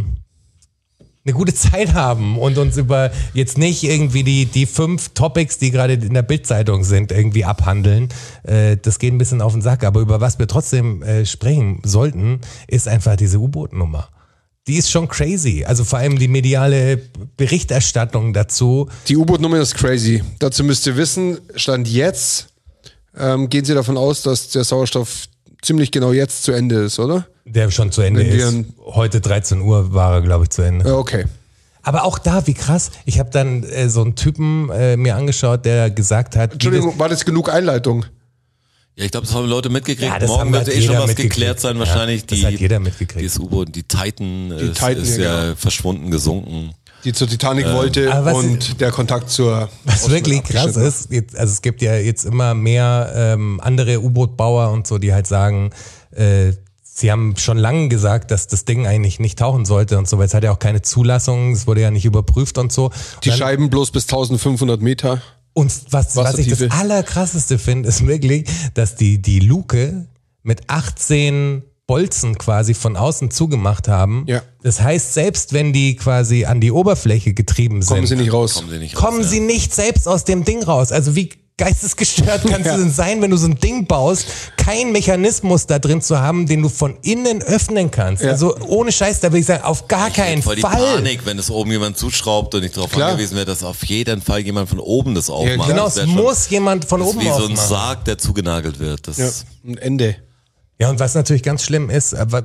eine gute Zeit haben und uns über jetzt nicht irgendwie die 5 Topics, die gerade in der Bildzeitung sind, irgendwie abhandeln. Das geht ein bisschen auf den Sack, aber über was wir trotzdem sprechen sollten, ist einfach diese U-Boot-Nummer. Die ist schon crazy. Also vor allem die mediale Berichterstattung dazu. Die U-Boot-Nummer ist crazy. Dazu müsst ihr wissen, Stand jetzt gehen Sie davon aus, dass der Sauerstoff ziemlich genau jetzt zu Ende ist, oder? Der schon zu Ende Wenn wir ist. Heute 13 Uhr war er, glaube ich, zu Ende. Ja, okay. Aber auch da, wie krass. Ich habe dann so einen Typen mir angeschaut, der gesagt hat... Entschuldigung, war das genug Einleitung? Ja, ich glaube, das haben Leute mitgekriegt. Ja, das Morgen haben wird halt eh schon jeder was mitgekriegt. geklärt sein, Ja, wahrscheinlich. das hat jeder mitgekriegt. Dieses U-Boot, die Titan, Titan, ist ja, ja verschwunden, gesunken. Die zur Titanic wollte aber was- und der Kontakt zur... Was wirklich krass abgeschnitten ist, also es gibt ja jetzt immer mehr andere U-Boot-Bauer und so, die halt sagen, sie haben schon lange gesagt, dass das Ding eigentlich nicht tauchen sollte und so, weil es hat ja auch keine Zulassung, es wurde ja nicht überprüft und so. Die Scheiben bloß bis 1500 Meter. Und was ich das Wassertiefe. Allerkrasseste finde, ist wirklich, dass die Luke mit 18 Bolzen quasi von außen zugemacht haben. Ja. Das heißt, selbst wenn die quasi an die Oberfläche getrieben sind, Kommen sie nicht raus. Kommen sie nicht kommen raus, sie nicht selbst aus dem Ding raus. Also wie geistesgestört kannst Ja. du denn sein, wenn du so ein Ding baust, keinen Mechanismus da drin zu haben, den du von innen öffnen kannst. Ja. Also ohne Scheiß, da würde ich sagen, auf gar keinen Voll die Fall. Panik, wenn es oben jemand zuschraubt und nicht darauf Klar. angewiesen wäre, dass auf jeden Fall jemand von oben das aufmacht. klar. Genau, Das es wär schon- muss jemand von das ist oben wie so ein aufmachen. Sarg, der zugenagelt wird. Das Ja, ein Ende. Ja, und was natürlich ganz schlimm ist, aber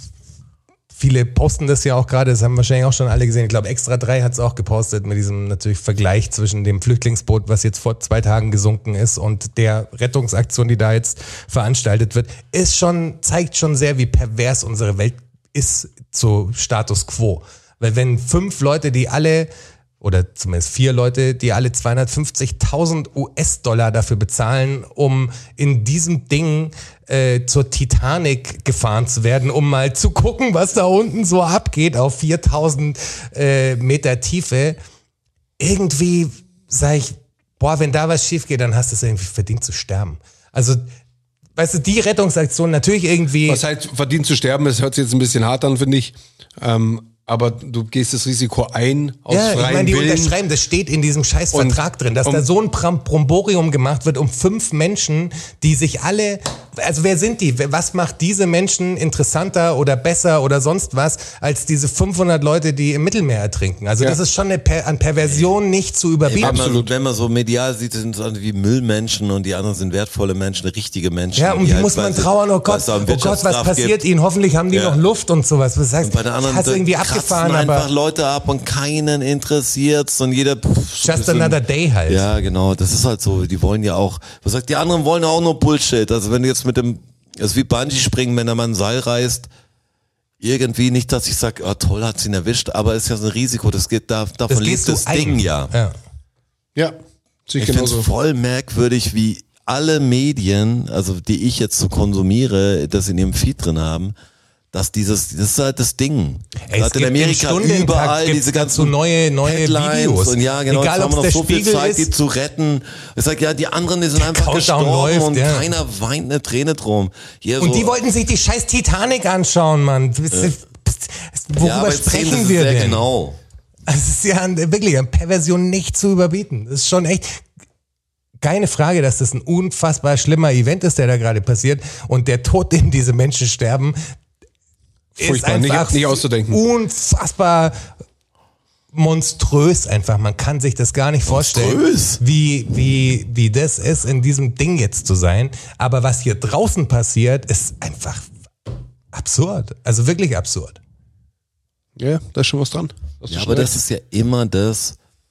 viele posten das ja auch gerade, das haben wahrscheinlich auch schon alle gesehen. Ich glaube, Extra 3 hat es auch gepostet mit diesem natürlich Vergleich zwischen dem Flüchtlingsboot, was jetzt vor 2 Tagen gesunken ist, und der Rettungsaktion, die da jetzt veranstaltet wird, zeigt schon sehr, wie pervers unsere Welt ist zu Status Quo. Weil wenn 5 Leute, die alle, oder zumindest 4 Leute, die alle 250.000 US-Dollar dafür bezahlen, um in diesem Ding zur Titanic gefahren zu werden, um mal zu gucken, was da unten so abgeht auf 4.000 Meter Tiefe. Irgendwie sage ich, boah, wenn da was schief geht, dann hast du es irgendwie verdient zu sterben. Also, weißt du, die Rettungsaktion natürlich irgendwie... Was halt verdient zu sterben, das hört sich jetzt ein bisschen hart an, finde ich. Aber du gehst das Risiko ein, aus Ja, ich freiem meine, die Willen. unterschreiben, das steht in diesem scheiß Und- Vertrag drin, dass da so ein Bromborium gemacht wird um 5 Menschen, die sich alle, also wer sind die? Was macht diese Menschen interessanter oder besser oder sonst was, als diese 500 Leute, die im Mittelmeer ertrinken? Also Ja. das ist schon an Perversion nicht zu überbieten. Wenn man so medial sieht, sind es wie Müllmenschen und die anderen sind wertvolle Menschen, richtige Menschen. Ja, und die wie halt, muss man weil sie- trauern? Oh weil Gott, es da einen oh Gott, was Wirtschaftskraft passiert gibt. ihnen? Hoffentlich haben die Ja. noch Luft und sowas. Das heißt, Und bei der anderen ich hast irgendwie kratzen abgefahren, einfach aber Leute ab und keinen interessiert's und jeder so ein just bisschen- another day halt. Ja, genau, das ist halt so, die wollen ja auch, was sagt, die anderen wollen ja auch nur Bullshit. Also wenn du jetzt mit dem, das ist wie Bungee-Springen, wenn da mal ein Seil reißt, irgendwie nicht, dass ich sag, oh toll, hat's ihn erwischt, aber ist ja so ein Risiko, das geht, davon das lebt gehst du das ein. Ding ja. Ja. Ja, sehe Ich ich finde es genauso. voll merkwürdig, wie alle Medien, also die ich jetzt so konsumiere, das in ihrem Feed drin haben, dass das ist halt das Ding. Ey, es Gerade in gibt Amerika im Stundentakt überall gibt's diese dazu ganzen neue Headlines Videos. und ja, genau, Egal, jetzt haben ob's wir noch der so viel Spiegel Zeit, ist. die zu retten. Ich sag, ja, die anderen, die sind einfach Countdown gestorben läuft, und ja. keiner weint eine Träne drum. Hier Und so, die wollten sich die scheiß Titanic anschauen, Mann. Worüber ja, aber jetzt sehen sprechen sie wir sehr denn? genau. Es ist ja wirklich eine Perversion nicht zu überbieten. Das ist schon echt keine Frage, dass das ein unfassbar schlimmer Event ist, der da gerade passiert. Und der Tod, den diese Menschen sterben, ist Furchtbar, nicht- einfach nicht auszudenken. unfassbar monströs einfach. Man kann sich das gar nicht vorstellen, wie das ist, in diesem Ding jetzt zu sein. Aber was hier draußen passiert, ist einfach absurd. Also wirklich absurd. Ja, da ist schon was dran. Ja, aber das ist ja immer das,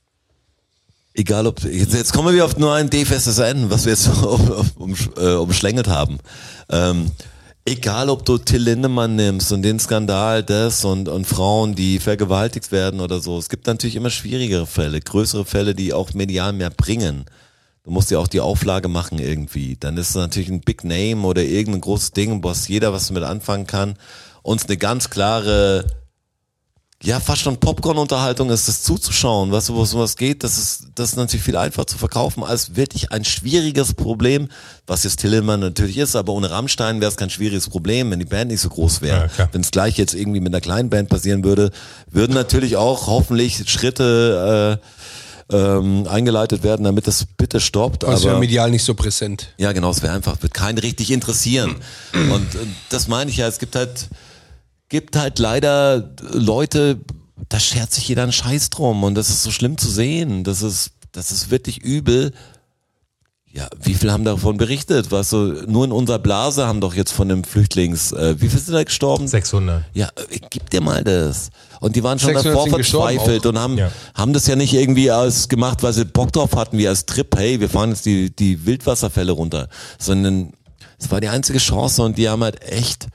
egal ob, jetzt kommen wir wieder auf nur ein D-festes N, was wir jetzt umschlängelt haben. Egal ob du Till Lindemann nimmst und den Skandal des und Frauen, die vergewaltigt werden oder so. Es gibt natürlich immer schwierigere Fälle, größere Fälle, die auch medial mehr bringen. Du musst ja auch die Auflage machen irgendwie. Dann ist es natürlich ein Big Name oder irgendein großes Ding, was jeder was damit anfangen kann. Uns eine ganz klare, ja, fast schon Popcorn-Unterhaltung ist, das zuzuschauen, weißt du, wo es um was geht, das ist natürlich viel einfacher zu verkaufen, als wirklich ein schwieriges Problem, was jetzt Till Lindemann natürlich ist, aber ohne Rammstein wäre es kein schwieriges Problem, wenn die Band nicht so groß wäre. Ja, wenn es gleich jetzt irgendwie mit einer kleinen Band passieren würde, würden natürlich auch hoffentlich Schritte eingeleitet werden, damit das bitte stoppt. Aber es wäre medial nicht so präsent. Ja, genau, es wäre einfach, wird keinen richtig interessieren. Und das meine ich ja, es gibt halt leider Leute, da schert sich jeder einen Scheiß drum und das ist so schlimm zu sehen. Das ist wirklich übel. Ja, wie viel haben davon berichtet? Weißt du, nur in unserer Blase haben doch jetzt von dem wie viel sind da gestorben? 600. Ja, gib dir mal das. Und die waren schon davor verzweifelt und haben das ja nicht irgendwie gemacht, weil sie Bock drauf hatten, wie als Trip, hey, wir fahren jetzt die Wildwasserfälle runter. Sondern es war die einzige Chance und die haben halt echt,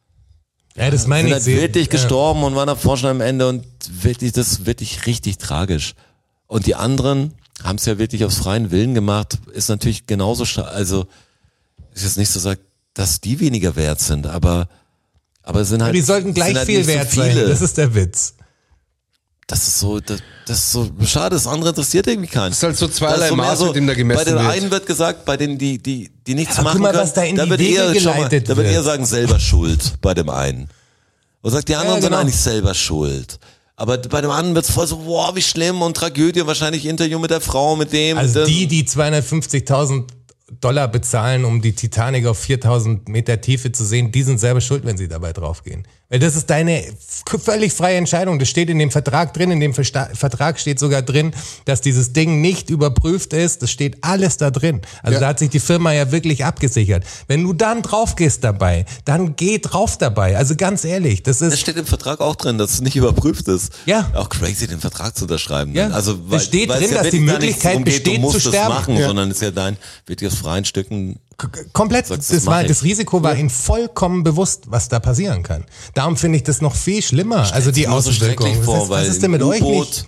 ja, das meine ich. Sind halt wirklich gestorben und waren davor schon am Ende und wirklich, das ist wirklich richtig tragisch. Und die anderen haben es ja wirklich aus freien Willen gemacht, ist natürlich genauso, also ist jetzt nicht so, dass die weniger wert sind, aber es sind halt. Die sollten gleich halt viel wert sein, das ist der Witz. Das ist so schade, das andere interessiert irgendwie keinen. Das ist halt so zweierlei Maß, mit dem da gemessen wird. Bei den einen wird gesagt, bei denen, die nichts machen guck mal, können, was da in da die wird Wege geleitet da wird eher sagen, selber schuld bei dem einen. Und sagt, die anderen sind eigentlich selber schuld. Aber bei dem anderen wird's voll so, wow, wie schlimm und Tragödie, wahrscheinlich Interview mit der Frau, mit dem. Also die $250.000 bezahlen, um die Titanic auf 4.000 Meter Tiefe zu sehen, die sind selber schuld, wenn sie dabei draufgehen. Weil das ist deine völlig freie Entscheidung. Das steht in dem Vertrag drin. In dem Vertrag steht sogar drin, dass dieses Ding nicht überprüft ist. Das steht alles da drin. Also da hat sich die Firma ja wirklich abgesichert. Wenn du dann drauf gehst dabei, dann geh drauf dabei. Also ganz ehrlich, das steht im Vertrag auch drin, dass es nicht überprüft ist. Ja. Auch crazy, den Vertrag zu unterschreiben. Ja. Also, es steht drin, dass die Möglichkeit besteht, zu sterben. Machen, sondern es ist ja dein, wird aus freien Stücken. Komplett. Das Risiko war ihnen vollkommen bewusst, was da passieren kann. Darum finde ich das noch viel schlimmer. Also die Außenwirkung. Was ist denn mit euch nicht?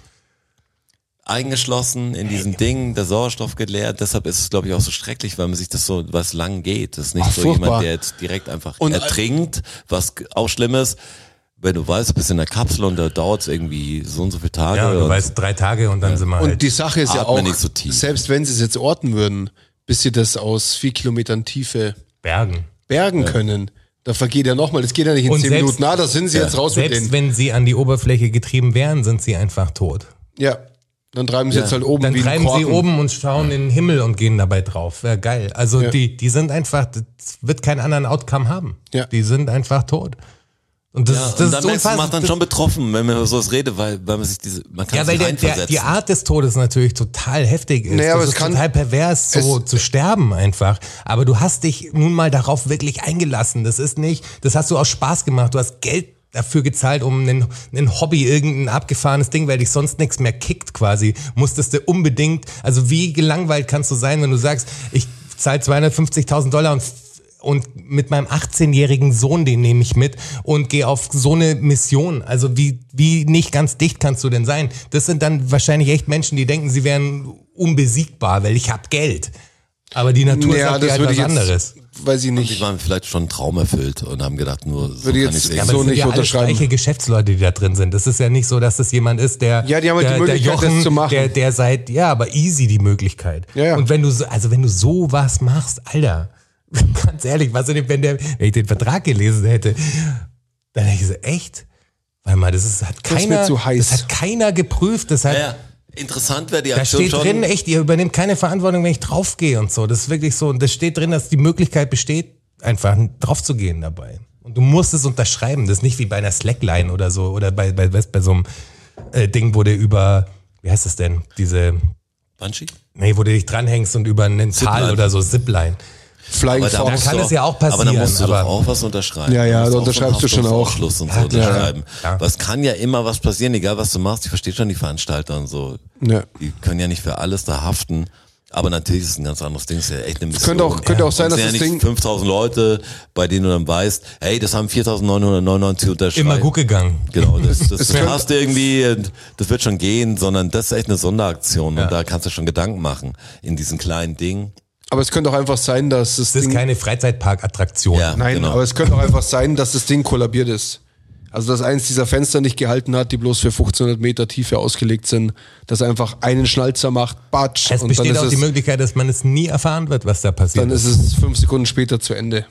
Eingeschlossen in diesem Ding, der Sauerstoff geht leer. Deshalb ist es, glaube ich, auch so schrecklich, weil man sich das so, was lang geht. Das ist nicht so furchtbar. Jemand, der jetzt direkt einfach ertrinkt, was auch schlimm ist. Wenn du weißt, du bist in der Kapsel und da dauert es irgendwie so und so viele Tage. Ja, du weißt 3 Tage und dann sind wir halt. Und die Sache ist ja auch, nicht so tief. Selbst wenn sie es jetzt orten würden, bis sie das aus 4 Kilometern Tiefe bergen können, da vergeht ja nochmal, das geht ja nicht in und 10 Minuten. Da sind sie jetzt raus mit denen. Selbst wenn sie an die Oberfläche getrieben wären, sind sie einfach tot. Ja, dann treiben sie jetzt halt oben dann wie treiben sie oben und schauen in den Himmel und gehen dabei drauf. Wäre geil. Also die sind einfach, das wird keinen anderen Outcome haben. Ja. Die sind einfach tot. Und das und dann ist macht dann schon betroffen, wenn man über sowas redet, weil man sich man kann sich reinversetzen. Die Art des Todes natürlich total heftig ist. Naja, das ist total pervers, so zu sterben einfach. Aber du hast dich nun mal darauf wirklich eingelassen. Das hast du aus Spaß gemacht. Du hast Geld dafür gezahlt, um ein Hobby, irgendein abgefahrenes Ding, weil dich sonst nichts mehr kickt quasi. Musstest du unbedingt, also wie gelangweilt kannst du sein, wenn du sagst, ich zahle $250.000 und mit meinem 18-jährigen Sohn, den nehme ich mit und gehe auf so eine Mission. Also wie nicht ganz dicht kannst du denn sein? Das sind dann wahrscheinlich echt Menschen, die denken, sie wären unbesiegbar, weil ich habe Geld. Aber die Natur sagt dir halt was anderes. Weiß ich nicht. Die waren vielleicht schon einen Traum erfüllt und haben gedacht, nur so würde kann ich es so nicht unterschreiben. Reiche Geschäftsleute, die da drin sind. Das ist ja nicht so, dass das jemand ist, der die haben halt die Möglichkeit, Jochen, das zu machen. Der seit aber easy die Möglichkeit. Ja. Und wenn du sowas machst, Alter, ganz ehrlich, wenn ich den Vertrag gelesen hätte, dann hätte ich so, echt? Warte mal, das hat keiner geprüft, das hat interessant wäre die Aktion schon. Da steht drin, echt, ihr übernehmt keine Verantwortung, wenn ich draufgehe und so. Das ist wirklich so. Und das steht drin, dass die Möglichkeit besteht, einfach drauf zu gehen dabei. Und du musst es unterschreiben. Das ist nicht wie bei einer Slackline oder so oder bei so einem Ding, wo du über, wie heißt das denn, Bungee? wo du dich dranhängst und über einen Tal oder so, Zipline. Flying Aber da Fox. kann es ja auch passieren. Aber da musst du aber doch auch was unterschreiben. Ja, ja, Du musst da auch unterschreibst so du schon auch. Schluss und Ja, so unterschreiben. ja. Was kann ja immer was passieren, egal was du machst. Ich verstehe schon die Veranstalter und so. Ja. Die können ja nicht für alles da haften. Aber natürlich ist es ein ganz anderes Ding. Es ist ja echt eine Mission. Könnte auch sein, Und dass es sind das ja Ding... nicht 5.000 Leute, bei denen du dann weißt, hey, das haben 4.999 unterschrieben. immer gut gegangen. Genau, das könnte- passt irgendwie, das wird schon gehen, sondern das ist echt eine Sonderaktion und da kannst du schon Gedanken machen in diesen kleinen Dingen. Aber es könnte auch einfach sein, dass das Das ist Ding... keine Freizeitparkattraktion. Ja. Nein, genau. aber es könnte auch einfach sein, dass das Ding kollabiert ist. Also, dass eins dieser Fenster nicht gehalten hat, die bloß für 1500 Meter Tiefe ausgelegt sind, dass er einfach einen Schnalzer macht, batsch, Es und dann besteht ist auch die Möglichkeit, dass man es nie erfahren wird, was da passiert dann ist es 5 Sekunden später zu Ende.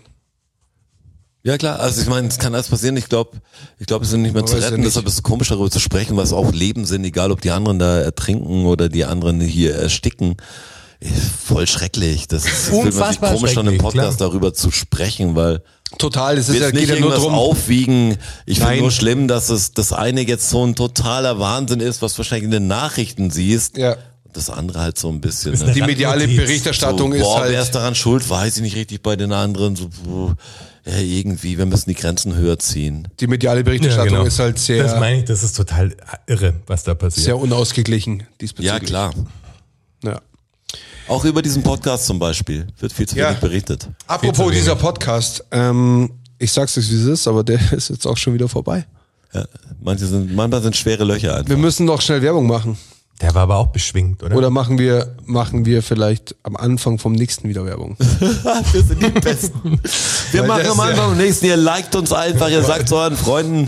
Ja klar, also ich meine, es kann alles passieren. Ich glaube, es sind nicht mehr Man zu weiß ja retten, nicht. deshalb ist es komisch darüber zu sprechen, was auch Leben sind, egal ob die anderen da ertrinken oder die anderen hier ersticken. Voll schrecklich. Das ist fühlt man sich Unfassbar komisch, dann im schrecklich, Podcast klar. darüber zu sprechen, weil Total, es ist will ja, jetzt nicht geht ja nur irgendwas drum. aufwiegen. Ich finde Nein. nur schlimm, dass es das eine jetzt so ein totaler Wahnsinn ist, was wahrscheinlich in den Nachrichten siehst. Ja. Und das andere halt so ein bisschen. Ist Ne? Die mediale Randnotiz. Berichterstattung so, ist boah, wer ist halt, daran schuld, weiß ich nicht richtig bei den anderen. So, ja, irgendwie, wir müssen die Grenzen höher ziehen. die mediale Berichterstattung ist halt Das sehr, meine ich, das ist total irre, was da passiert. sehr unausgeglichen diesbezüglich. Ja, klar. Ja. Auch über diesen Podcast zum Beispiel wird viel zu Ja. wenig berichtet. Apropos dieser Podcast, ich sag's euch, wie es ist, aber der ist jetzt auch schon wieder vorbei. Ja, manchmal sind schwere Löcher einfach. Wir müssen noch schnell Werbung machen. Der war aber auch beschwingt, oder? Oder machen wir vielleicht am Anfang vom nächsten wieder Werbung? Wir sind die Besten. Wir Weil machen das am Anfang am nächsten, ihr liked uns einfach, ihr sagt zu euren Freunden,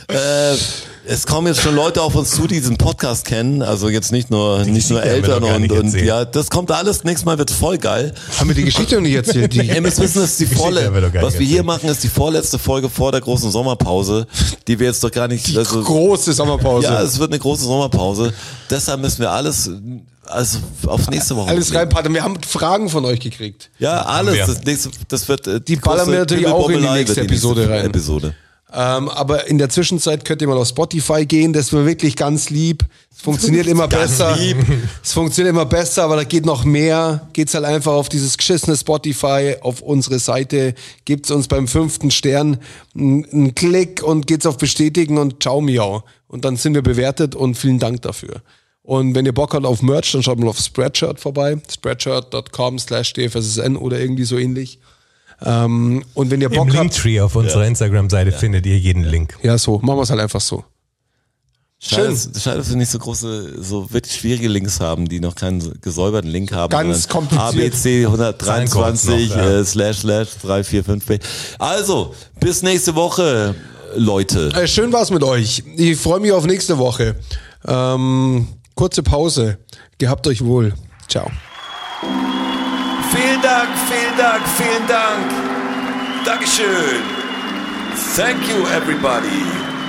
es kommen jetzt schon Leute auf uns zu, die diesen Podcast kennen, also jetzt nicht nur Geschichte haben wir Eltern doch gar nicht und erzählt. ja, das kommt alles, nächstes Mal wird voll geil. Haben wir die Geschichte noch nicht erzählt? Ihr müsst wissen, das ist die Geschichte haben wir doch gar was nicht wir hier erzählt. machen, ist die vorletzte Folge vor der großen Sommerpause, die wir jetzt doch gar nicht, also, Große Sommerpause. ja, es wird eine große Sommerpause, deshalb müssen wir alles, also auf nächste Woche. Alles legen. reinpacken. Wir haben Fragen von euch gekriegt. Ja, alles. wir. Das wird Die ballern wir natürlich auch in die Bimmelbommelei nächste wird Episode rein. Episode. Aber in der Zwischenzeit könnt ihr mal auf Spotify gehen. Das wäre wirklich ganz lieb. Es funktioniert immer besser. Es funktioniert immer besser, aber da geht noch mehr. Geht's halt einfach auf dieses geschissene Spotify, auf unsere Seite. Gebt's uns beim 5. Stern einen Klick und geht's auf Bestätigen und ciao miau. Und dann sind wir bewertet und vielen Dank dafür. Und wenn ihr Bock habt auf Merch, dann schaut mal auf Spreadshirt vorbei. Spreadshirt.com/dfssn oder irgendwie so ähnlich. Und wenn ihr Im Bock habt, Linktree auf unserer Instagram-Seite findet ihr jeden Link. ja so, machen wir es halt einfach so. Schade, dass wir nicht so große, so wirklich schwierige Links haben, die noch keinen gesäuberten Link haben. Ganz sondern kompliziert. ABC 123 Zahlencodes noch, //345. Also, bis nächste Woche, Leute. Schön war's mit euch. Ich freue mich auf nächste Woche. Kurze Pause. Gehabt euch wohl. Ciao. Vielen Dank, vielen Dank, vielen Dank. Dankeschön. Thank you, everybody.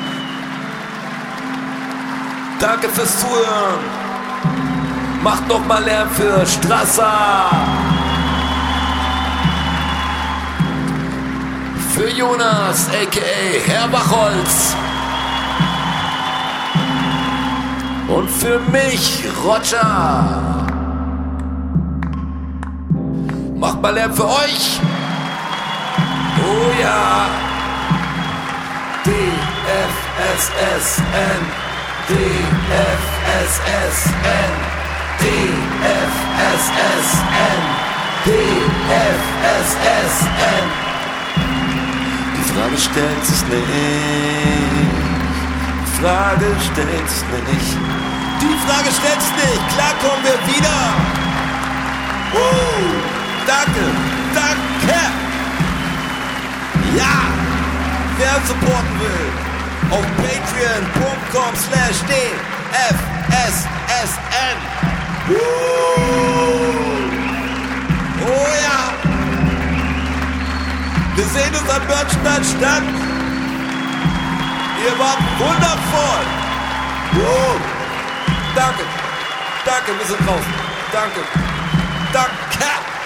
Danke fürs Zuhören. Macht noch mal Lärm für Strasser. Für Jonas, a.k.a. Herr Bachholz. Und für mich, Roger. Macht mal Lärm für euch. Oh ja. DFSSN. DFSSN. DFSSN. DFSSN. Die Frage stellt sich nicht. Die Frage stellt sich nicht. Die Frage stellt sich nicht. Klar kommen wir wieder. Danke, danke. Ja, wer uns supporten will, auf patreon.com/dfssn. Oh ja. Wir sehen uns am Börnstein statt. Ihr wart wundervoll. Danke, danke, wir sind draußen. Danke, danke.